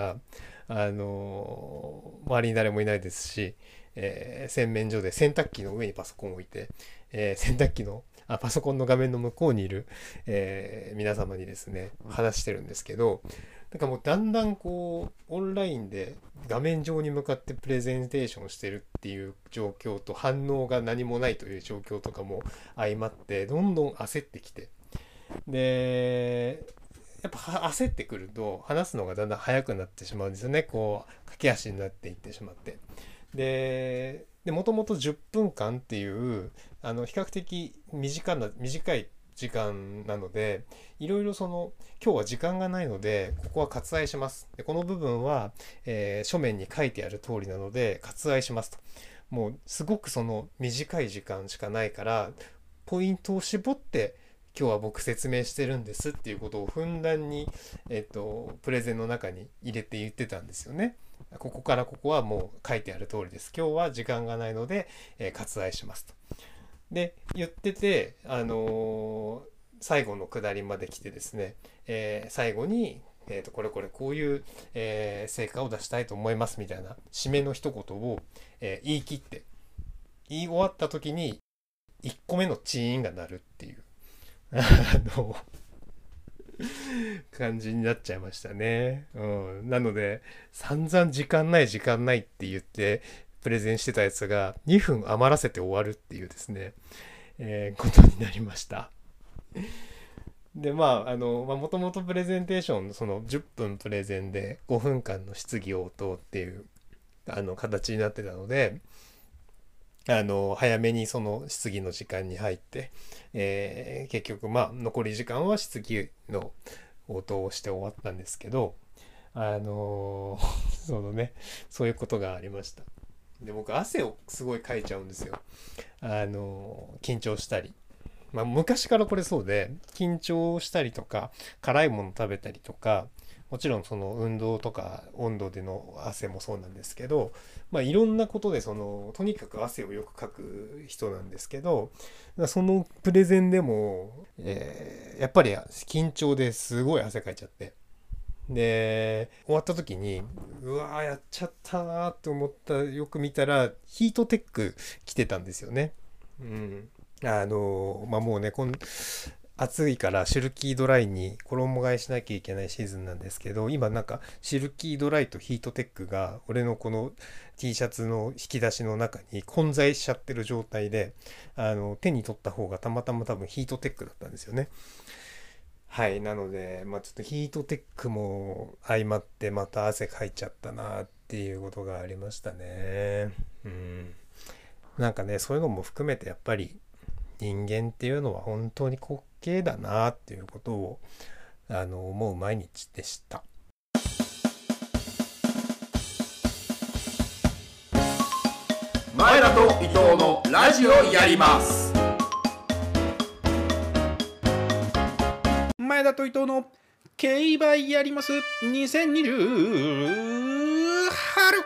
周りに誰もいないですし、洗面所で洗濯機の上にパソコンを置いて、洗濯機のパソコンの画面の向こうにいる、皆様にですね話してるんですけど、なんかもうだんだんオンラインで画面上に向かってプレゼンテーションしてるっていう状況と反応が何もないという状況とかも相まってどんどん焦ってきて、でやっぱ焦ってくると話すのがだんだん早くなってしまうんですよね。駆け足になっていってしまって、でもともと10分間っていう比較的短い時間なので、いろいろ今日は時間がないのでここは割愛します。でこの部分は、書面に書いてある通りなので割愛しますと。もうすごく短い時間しかないからポイントを絞って今日は僕説明してるんですっていうことをふんだんに、プレゼンの中に入れて言ってたんですよね。ここからここはもう書いてある通りです。今日は時間がないので、割愛しますと。で言ってて、最後の下りまで来てですね、最後に、これこういう、成果を出したいと思いますみたいな締めの一言を、言い切って言い終わった時に1個目のチーンが鳴るっていう感じになっちゃいましたね。なので散々時間ないって言ってプレゼンしてたやつが2分余らせて終わるっていうですね、ことになりました。でもともとプレゼンテーションその10分プレゼンで5分間の質疑応答っていう形になってたので、早めにその質疑の時間に入って、結局残り時間は質疑の応答をして終わったんですけど、そういうことがありました。で僕汗をすごいかいちゃうんですよ。緊張したり。昔からこれそうで、緊張したりとか辛いもの食べたりとか、もちろんその運動とか温度での汗もそうなんですけど、いろんなことでとにかく汗をよくかく人なんですけど、そのプレゼンでも、やっぱり緊張ですごい汗かいちゃって、で終わった時にうわーやっちゃったなって思ったよく見たらヒートテック着てたんですよね。もうね暑いからシルキードライに衣替えしなきゃいけないシーズンなんですけど、今なんかシルキードライとヒートテックが俺のこの T シャツの引き出しの中に混在しちゃってる状態で、手に取った方がたまたま多分ヒートテックだったんですよね。はい、なのでちょっとヒートテックも相まってまた汗かいちゃったなっていうことがありましたね。なんかね、そういうのも含めてやっぱり人間っていうのは本当に滑稽だなっていうことを思う毎日でした。 前田と伊藤のラジオやります。 前田と伊藤の競馬やります2020春。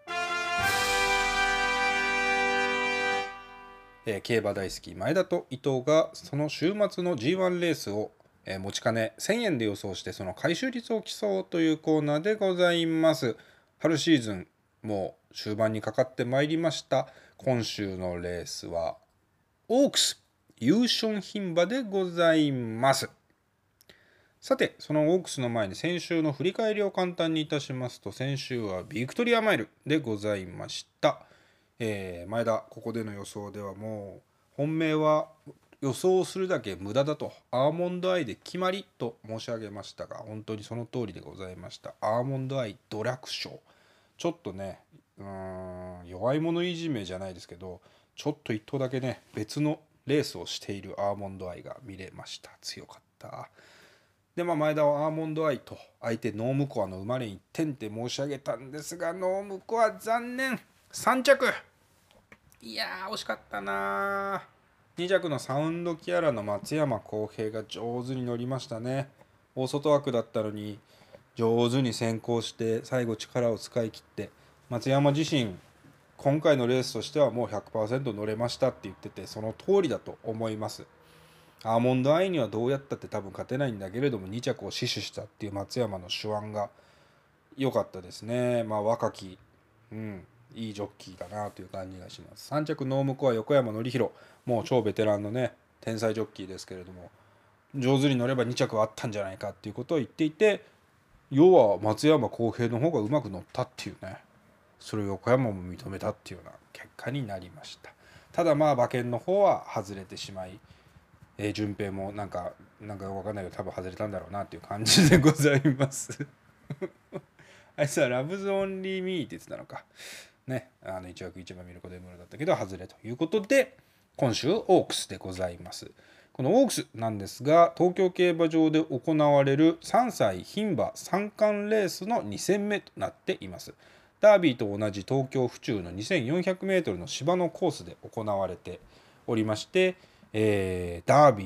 競馬大好き前田と伊藤がその週末の G1 レースを、持ち金1000円で予想してその回収率を競おうというコーナーでございます。春シーズンもう終盤にかかってまいりました。今週のレースはオークス優勝牝馬でございます。さてそのオークスの前に先週の振り返りを簡単にいたしますと、先週はビクトリアマイルでございました。前田ここでの予想ではもう本命は予想するだけ無駄だと、アーモンドアイで決まりと申し上げましたが、本当にその通りでございました。アーモンドアイドラクショー、ちょっとね弱い者いじめじゃないですけど、ちょっと一頭だけね別のレースをしているアーモンドアイが見れました。強かった。で前田はアーモンドアイと相手ノームコアの生まれ1点って申し上げたんですが、ノームコア残念3着。いやー惜しかったな。2着のサウンドキアラの松山浩平が上手に乗りましたね。大外枠だったのに上手に先行して最後力を使い切って、松山自身今回のレースとしてはもう 100% 乗れましたって言ってて、その通りだと思います。アーモンドアイにはどうやったって多分勝てないんだけれども2着を死守したっていう松山の手腕が良かったですね。若きいいジョッキーだなという感じがします。3着ノームコア横山典弘、もう超ベテランのね天才ジョッキーですけれども、上手に乗れば2着はあったんじゃないかっていうことを言っていて、要は松山浩平の方がうまく乗ったっていうね、それを横山も認めたっていうような結果になりました。ただ馬券の方は外れてしまい、順平もなんか分かんないけど多分外れたんだろうなっていう感じでございますあいつはラブズオンリーミーって言ってたのかね、1枠1番見ることで無理だったけど外れということで、今週オークスでございます。このオークスなんですが、東京競馬場で行われる3歳牝馬三冠レースの2戦目となっています。ダービーと同じ東京府中の 2400m の芝のコースで行われておりまして、ダービー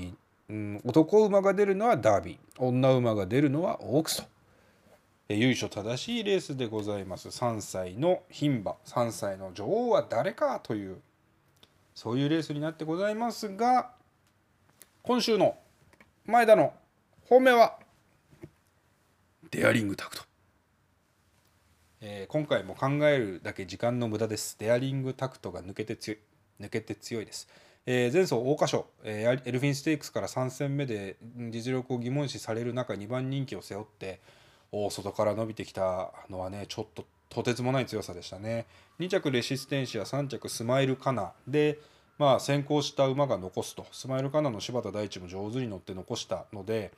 男馬が出るのはダービー、女馬が出るのはオークスと、由緒正しいレースでございます。3歳の牝馬、3歳の女王は誰かという、そういうレースになってございますが、今週の前田の本命はデアリングタクト。今回も考えるだけ時間の無駄です。デアリングタクトが抜けて強いです。前走桜花賞、エルフィンステークスから3戦目で実力を疑問視される中、2番人気を背負って大外から伸びてきたのはね、ちょっととてつもない強さでしたね。2着レシステンシア、3着スマイルカナで、先行した馬が残すと。スマイルカナの柴田大地も上手に乗って残したので、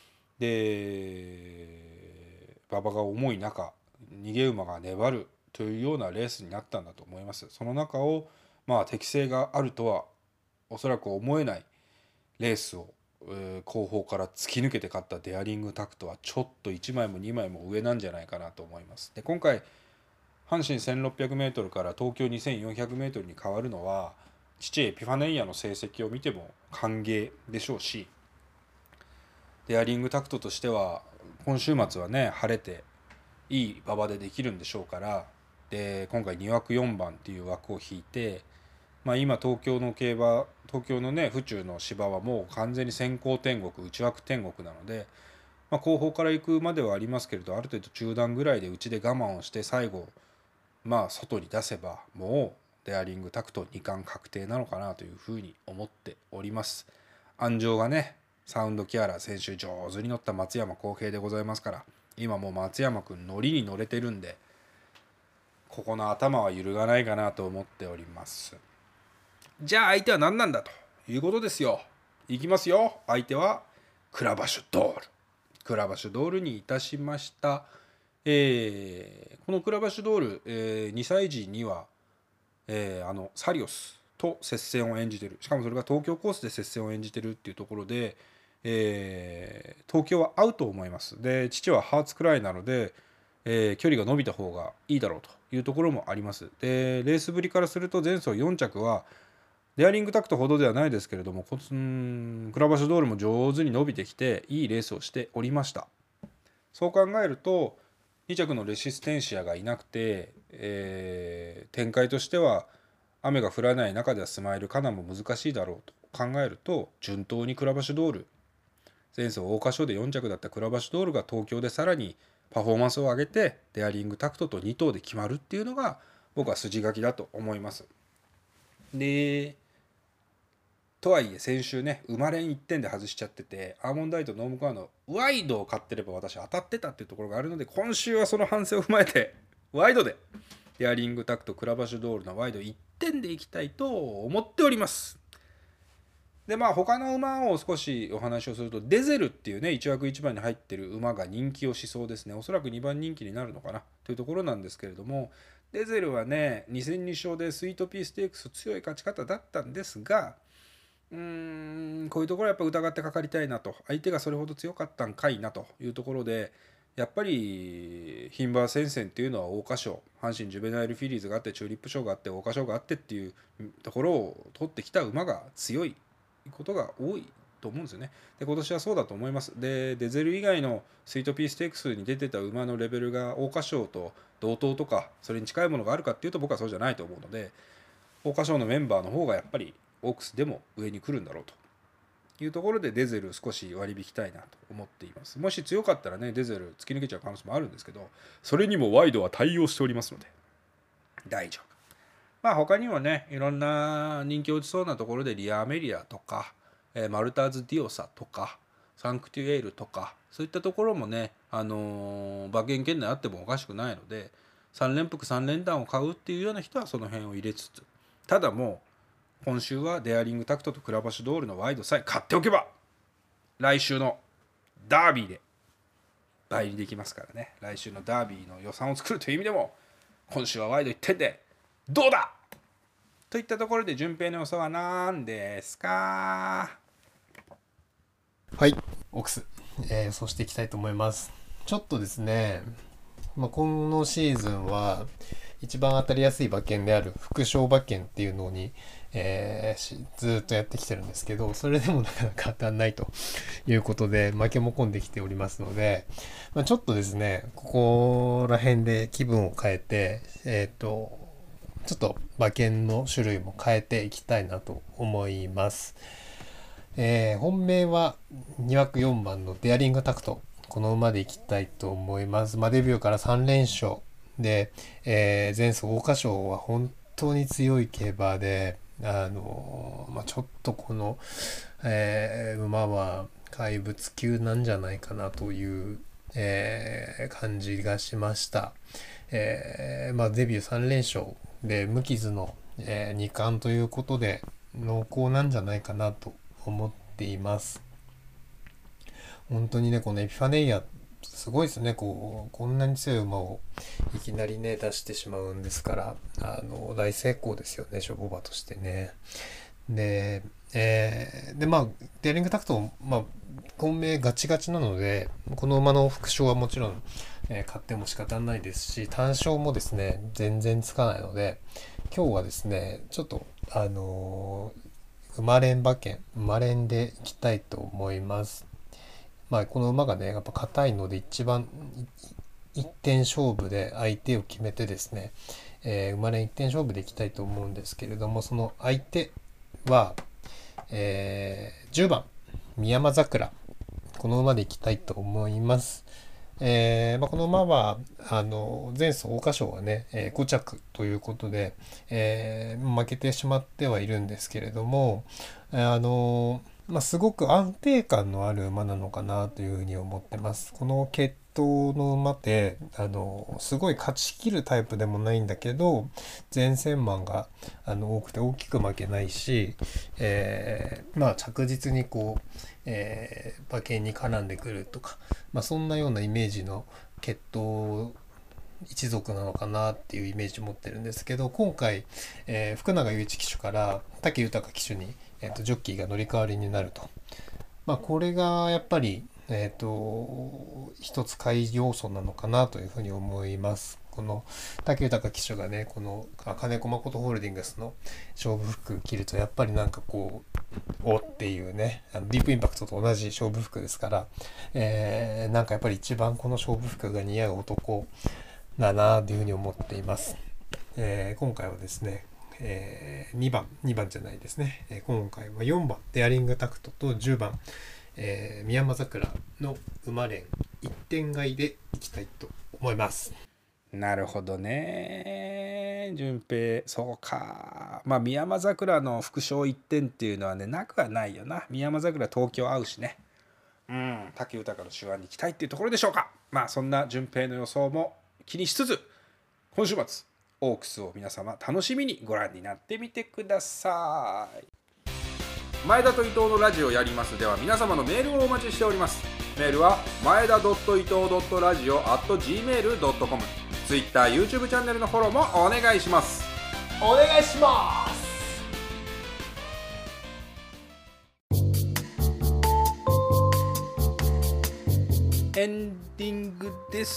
馬場が重い中、逃げ馬が粘るというようなレースになったんだと思います。その中を適性があるとはおそらく思えないレースを、後方から突き抜けて勝ったデアリングタクトはちょっと1枚も2枚も上なんじゃないかなと思います。で、今回阪神 1600m から東京 2400m に変わるのは父エピファネイアの成績を見ても歓迎でしょうし、デアリングタクトとしては今週末はね、晴れていい馬場でできるんでしょうから、で今回2枠4番っていう枠を引いて、今東京の競馬、東京のね府中の芝はもう完全に先行天国、内枠天国なので、後方から行くまではありますけれど、ある程度中段ぐらいで内で我慢をして最後外に出せばもうデアリングタクト2冠確定なのかなというふうに思っております。安城がね、サウンドキャラ先週上手に乗った松山康平でございますから、今もう松山くん乗りに乗れてるんで、ここの頭は揺るがないかなと思っております。じゃあ相手は何なんだということですよ。いきますよ。相手はクラバシュドール。クラバシュドールにいたしました。このクラバシュドール、2歳児には、サリオスと接戦を演じてる。しかもそれが東京コースで接戦を演じてるっていうところで、東京は合うと思います。で、父はハーツクライなので、距離が伸びた方がいいだろうというところもあります。で、レースぶりからすると前走4着はデアリングタクトほどではないですけれども、クラバシュドールも上手に伸びてきていいレースをしておりました。そう考えると2着のレシステンシアがいなくて、展開としては雨が降らない中ではスマイルカナも難しいだろうと考えると、順当にクラバシュドール、前走桜花賞で4着だったクラバシュドールが東京でさらにパフォーマンスを上げてデアリングタクトと2頭で決まるっていうのが僕は筋書きだと思います。で、とはいえ先週ね、馬連1点で外しちゃってて、アーモンドアイとノームコアのワイドを買ってれば私当たってたっていうところがあるので、今週はその反省を踏まえてワイドでデアリングタクトクラバシュドールのワイド1点でいきたいと思っております。で、他の馬を少しお話をすると、デゼルっていうね1枠1番に入ってる馬が人気をしそうですね。おそらく2番人気になるのかなというところなんですけれども、デゼルはね2戦2勝でスイートピーステークス強い勝ち方だったんですが、こういうところはやっぱ疑ってかかりたいなと、相手がそれほど強かったんかいなというところで、やっぱり牝馬戦線っていうのは桜花賞、阪神ジュベナイルフィリーズがあってチューリップ賞があって桜花賞があってっていうところを取ってきた馬が強いことが多いと思うんですよね。で、今年はそうだと思います。で、デゼル以外のスイートピーステークスに出てた馬のレベルが桜花賞と同等とかそれに近いものがあるかっていうと僕はそうじゃないと思うので、桜花賞のメンバーの方がやっぱりオークスでも上に来るんだろうというところで、デゼル少し割り引きたいなと思っています。もし強かったらね、デゼル突き抜けちゃう可能性もあるんですけど、それにもワイドは対応しておりますので大丈夫。他にもね、いろんな人気落ちそうなところでリアーメリアとか、マルターズディオサとかサンクテュエールとか、そういったところもね、馬券圏内あってもおかしくないので、3連複3連単を買うっていうような人はその辺を入れつつ、ただもう今週はデアリングタクトとクラバシュドールのワイドさえ買っておけば来週のダービーで倍にできますからね。来週のダービーの予算を作るという意味でも今週はワイド1点でどうだといったところで、順平の予想は何ですか？ はい、オクス、そうしていきたいと思います。ちょっとですね、このシーズンは一番当たりやすい馬券である副賞馬券っていうのに、ずっとやってきてるんですけど、それでもなかなか当たんないということで負けも込んできておりますので、ちょっとですねここら辺で気分を変えてちょっと馬券の種類も変えていきたいなと思います。本命は2枠4番のデアリングタクト、この馬でいきたいと思います。デビューから3連勝で、前走桜花賞は本当に強い競馬で、ちょっとこの、馬は怪物級なんじゃないかなという、感じがしました。デビュー3連勝で無傷の、2冠ということで濃厚なんじゃないかなと思っています。本当にねこのエピファネイアすごいですね。こんなに強い馬をいきなりね出してしまうんですから、大成功ですよね、勝負馬としてね。で、デアリングタクト本命ガチガチなので、この馬の副賞はもちろん、買っても仕方ないですし、単勝もですね全然つかないので、今日はですねちょっと馬連馬券馬連でいきたいと思います。この馬がねやっぱ硬いので、一番一点勝負で相手を決めてですね、馬連一点勝負でいきたいと思うんですけれども、その相手は、10番宮山桜、この馬でいきたいと思います。この馬は前走桜花賞はね、5着ということで、負けてしまってはいるんですけれども、すごく安定感のある馬なのかなというふうに思ってます。この血統の馬ってすごい勝ち切るタイプでもないんだけど、前線マンが多くて大きく負けないし、着実に馬券に絡んでくるとか、そんなようなイメージの血統一族なのかなっていうイメージ持ってるんですけど、今回、福永祐一騎手から武豊騎手にジョッキーが乗り換わりになると、これがやっぱり、一つ買い要素なのかなというふうに思います。この武豊騎手がねこの金子誠ホールディングスの勝負服着ると、やっぱりおっていうね、ディープインパクトと同じ勝負服ですから、やっぱり一番この勝負服が似合う男だなというふうに思っています。今回はですね2番じゃないですね、今回は4番デアリングタクトと10番、宮山桜の馬連1点買いでいきたいと思います。 なるほどね、順平。そうか、宮山桜の副賞1点っていうのはねなくはないよな。宮山桜東京合うしね、武豊の手腕に期待っていうところでしょうか。そんな順平の予想も気にしつつ、今週末オークスを皆様楽しみにご覧になってみてください。前田と伊藤のラジオやりますでは、皆様のメールをお待ちしております。メールは前田伊藤.radio@gmail.com、 Twitter、YouTube チャンネルのフォローもお願いします。 お願いします。 エンディングです。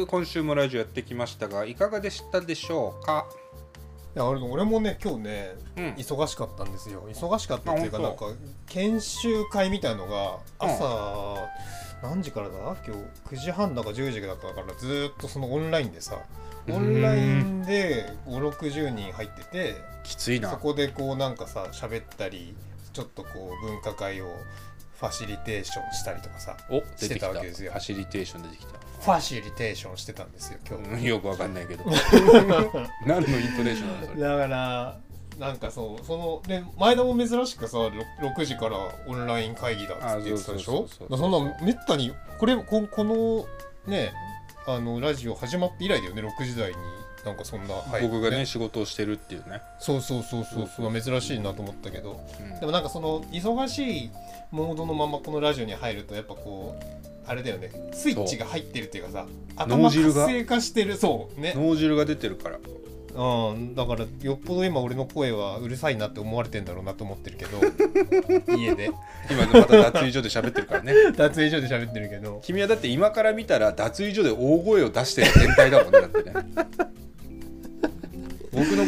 今週もラジオやってきましたが、いかがでしたでしょうか。 いや俺もね今日ね、忙しかったんですよ。忙しかったっていうか、研修会みたいのが朝、何時からだ、今日9時半だか10時だかからずっとそのオンラインでさ、オンラインで5、60人入ってて、 きついな。 そこで喋ったり、ちょっと文化会をファシリテーションしたりとかさしてたわけですよ。 ファシリテーション出てきた。 ファシリテーションしてたんですよ今日。 よくわかんないけど何のイントネーションなのそれ。だからで前田も珍しくさ6時からオンライン会議だって言ってたでしょ。そんなめったにこのねラジオ始まって以来だよね、6時台にそんな、 僕がね仕事をしてるっていうね。 そう珍しいなと思ったけど、でもその忙しいモードのままこのラジオに入ると、やっぱあれだよね、スイッチが入ってるっていうかさ、頭活性化してる。そうね、 脳汁が出てるから。 だからよっぽど今俺の声はうるさいなって思われてんだろうなと思ってるけど家で今また脱衣所で喋ってるからね脱衣所で喋ってるけど、 君はだって今から見たら脱衣所で大声を出してる天体だもんねだってね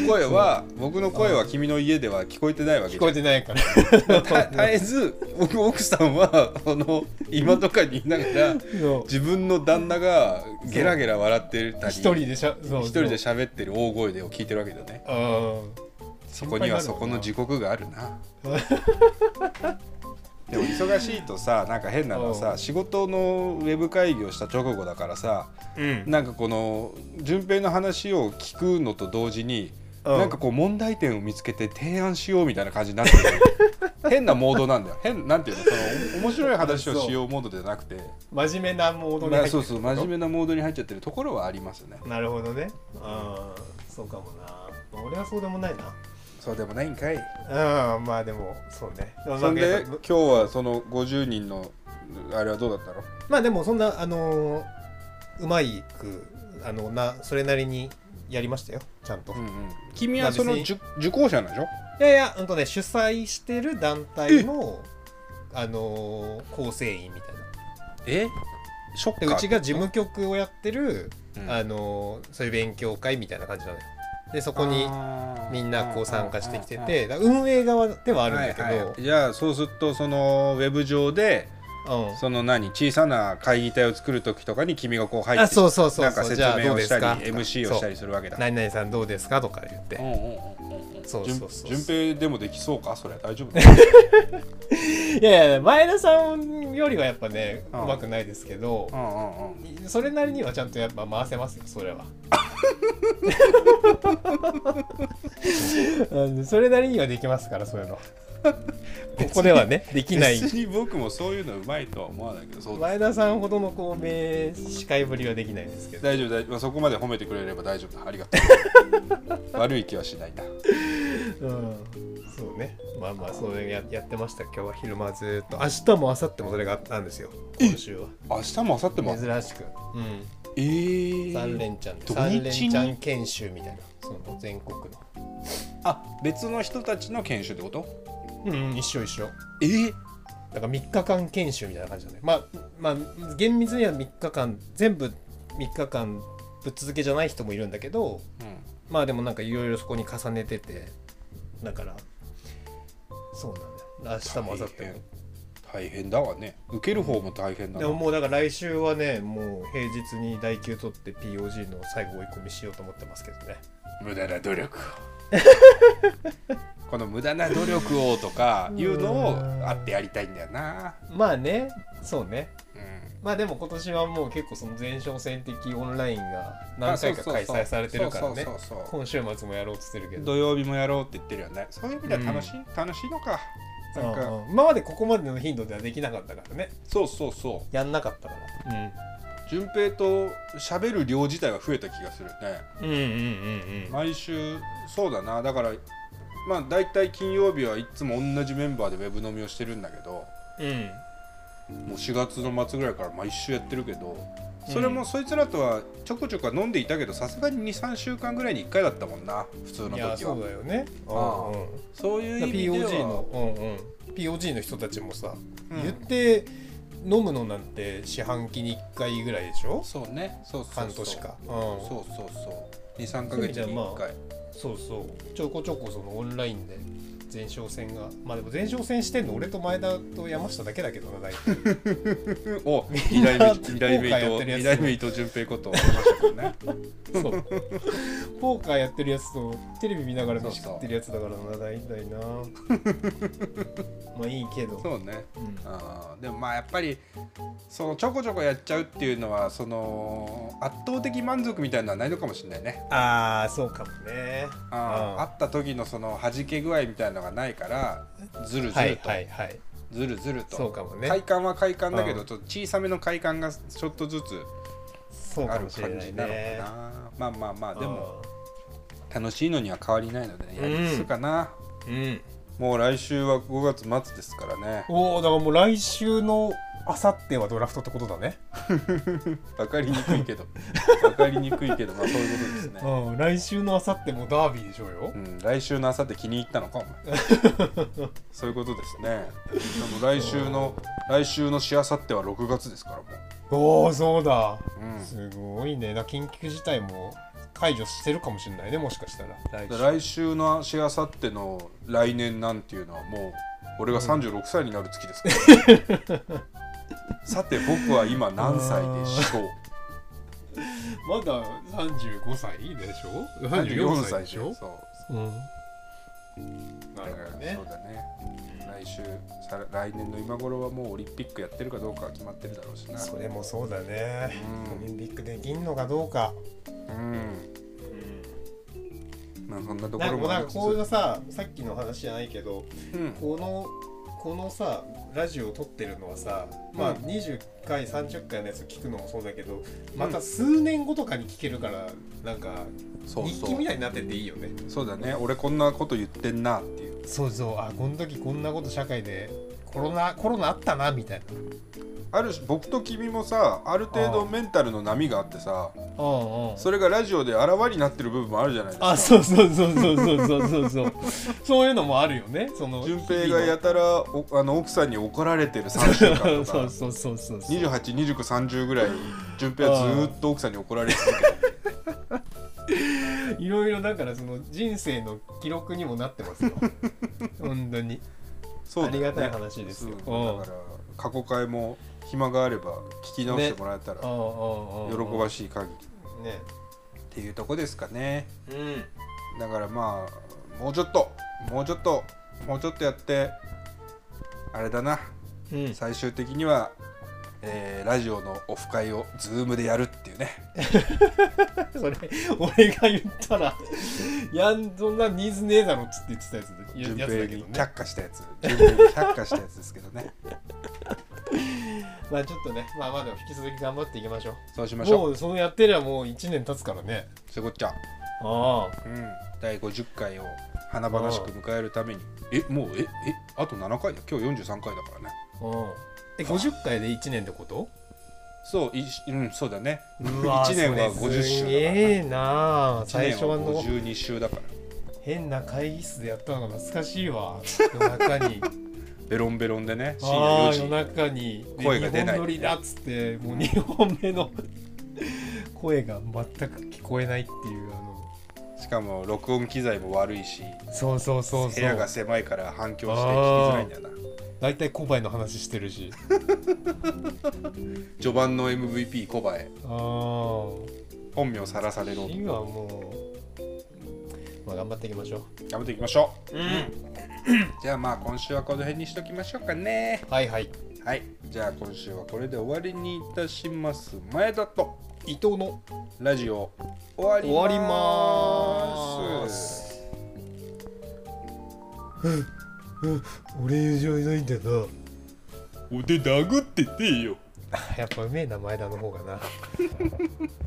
声は君の家では聞こえてないわけじゃん。 聞こえてないから絶えず奥さんは今とかにいながらそう自分の旦那がゲラゲラ笑ってたり一人で喋ってる大声でを聞いてるわけだよね。そこにはそこの時刻があるな。でも忙しいとさ、なんか変なのはさ、仕事のウェブ会議をした直後だからさ、なんかこの順平の話を聞くのと同時に、なんかこう問題点を見つけて提案しようみたいな感じになってる変なモードなんだよ。なんていうの、面白い話をしようモードじゃなくて真面目なモードに入ってる。 そう真面目なモードに入っちゃってるところはありますよね。 なるほどね。そうかもな。俺はそうでもないな。 そうでもないんかい。 まあでもそうね。 そんで今日はその50人のあれはどうだったの？ まあでもそんなうまいくそれなりにやりましたよ、ちゃんと。 君はその受講者なんでしょ？ いやいや、主催してる団体の構成員みたいな。 ショッカーでうちが事務局をやってるそういう勉強会みたいな感じなのよ。でそこにみんなこう参加してきてて、運営側ではあるんだけど、 じゃあそうするとそのウェブ上でその小さな会議体を作る時とかに君がこう入ってなんか説明をしたり MC をしたりするわけだ。 何々さんどうですかとか言って、 順平でもできそうか？それ大丈夫？ いやいや、前田さんよりはやっぱねうまくないですけど、それなりにはちゃんとやっぱ回せますよ、それは。それなりにはできますから、そういうの。ここではねできない。 別に僕もそういうのうまいとは思わないけど、そう前田さんほどのこう名司会ぶりはできないですけど。 大丈夫、そこまで褒めてくれれば大丈夫だ。ありがとう。悪い気はしないな。 そうね。まあそれやってました。今日は昼間ずっと。明日も明後日もそれがあったんですよ、今週は。 明日も明後日も珍しく。 3 連チャン研修みたいな、その全国の。 別の人たちの研修ってこと？ 一緒。だから3日間研修みたいな感じだね。まあ厳密には3日間全部3日間ぶっ続けじゃない人もいるんだけど、まあでもなんかいろいろそこに重ねてて、だからそうなんだよ。明日も明後日も大変だわね。受ける方も大変だな。 でももうだから来週はね、もう平日に代休取って POG の最後追い込みしようと思ってますけどね。 無駄な努力をこの無駄な努力をとかいうのをあってやりたいんだよな。 まあね、そうね。まあでも今年はもう結構その前哨戦的オンラインが何回か開催されてるからね。今週末もやろうとしてるけど、 土曜日もやろうって言ってるよね。そういう意味では楽しいのか。 なんか今までここまでの頻度ではできなかったからね。 そうやんなかったから。 順平と喋る量自体は増えた気がするね。毎週そうだな。だからまあだいたい金曜日はいつも同じメンバーでウェブ飲みをしてるんだけど、もう4月の末ぐらいから毎週やってるけど、それもそいつらとはちょこちょこ飲んでいたけど、さすがに 2,3 週間ぐらいに1回だったもんな、普通の時は。いやそうだよね。 そういう意味では POG の人たちもさ、言って飲むのなんて四半期に1回ぐらいでしょ。 そうね。 半年か。 そう2,3 ヶ月に1回。そうちょこちょこそのオンラインで前哨戦が、まあでも前哨戦してんの俺と前田と山下だけだけどな、大体。 お、2代目伊藤順平こと山下君ね。 そう。ポーカーやってるやつとテレビ見ながら飯食ってるやつだからな、大体な。まあいいけど。 そうね。でもまあやっぱりそのちょこちょこやっちゃうっていうのは、その圧倒的満足みたいなのはないのかもしれないね。 そうかもね。 会った時のその弾け具合みたいなのがないから、ずるずると、 そうかもね。 快感は快感だけど、ちょっと小さめの快感がちょっとずつある感じなのかな。まあでも楽しいのには変わりないのでね、やりつつかな。もう来週は5月末ですからね。 だからもう来週の明後日はドラフトってことだね。 分かりにくいけどまあそういうことですね。 来週の明後日もダービーでしょうよ。 来週の明後日気に入ったのかお前。そういうことですね。来週のしあさっては6月ですからもう。 そうだ。すごいね。緊急事態も解除してるかもしれないね、もしかしたら来週のしあさっての来年なんていうのはもう俺が36歳になる月ですから、さて僕は今何歳でしょう。 まだ35歳でしょ、 34歳でしょ。そう、 なるほどね。 そうだね。来年の今頃はもうオリンピックやってるかどうかは決まってるだろうしな。 それもそうだね、オリンピックできんのかどうか。 まあそんなところもありつつ、 こういうさ、さっきの話じゃないけど、このさラジオを撮ってるのはさ、まあ20回30回のやつ聞くのもそうだけど、また数年後とかに聞けるからなんか日記みたいになってていいよね。 そうだね、俺こんなこと言ってんなっていう。 そうそう、あ、この時こんなこと社会でコロナあったなみたいな。 あるし、僕と君もさ、ある程度メンタルの波があってさ、それがラジオであらわになってる部分もあるじゃないですか。 あ、そうそういうのもあるよね。その順平がやたら奥さんに怒られてる3週間とかそう 28、29、30ぐらい順平はずーっと奥さんに怒られ続けていろいろだからその人生の記録にもなってますよ本当にそうだ、ね、ありがたい話ですよ。 だから過去回も暇があれば聞き直してもらえたら喜ばしい限り、ね、っていうとこですかね。だからまあもうちょっとやってあれだな、最終的には、ラジオのオフ会をズームでやるっていうねそれ俺が言ったらそんなニーズねえだろっつって言ってたやつ順平に却下したやつですけどねまあちょっとね、まあでも引き続き頑張っていきましょう。 そうしましょう。 もうそのやってりゃもう1年経つからね。 そういうこっちゃ。第50回を華々しく迎えるためにもうあと7回だ。今日43回だからね。 50回で1年ってこと？ そうそうだね。1年は50週だから。 すげえな。最初は 52週だから。 変な会議室でやったのが懐かしいわ。夜中にベロンベロンでね、深夜4時夜中に声が出ない。 2本撮りだっつってもう2本目の声が全く聞こえないっていうしかも録音機材も悪いし、 そう部屋が狭いから反響して聞きづらいんだよな。 だいたいコバエの話してるし序盤の MVP コバエ本名さらされろ。 次はもう、まあ、頑張っていきましょう。 じゃあまあ今週はこの辺にしときましょうかね。 はい。 じゃあ今週はこれで終わりにいたします。前田と伊藤のラジオ終わります。 俺じゃいないんだな。 お手殴っててよ。 やっぱうめえな前田の方がな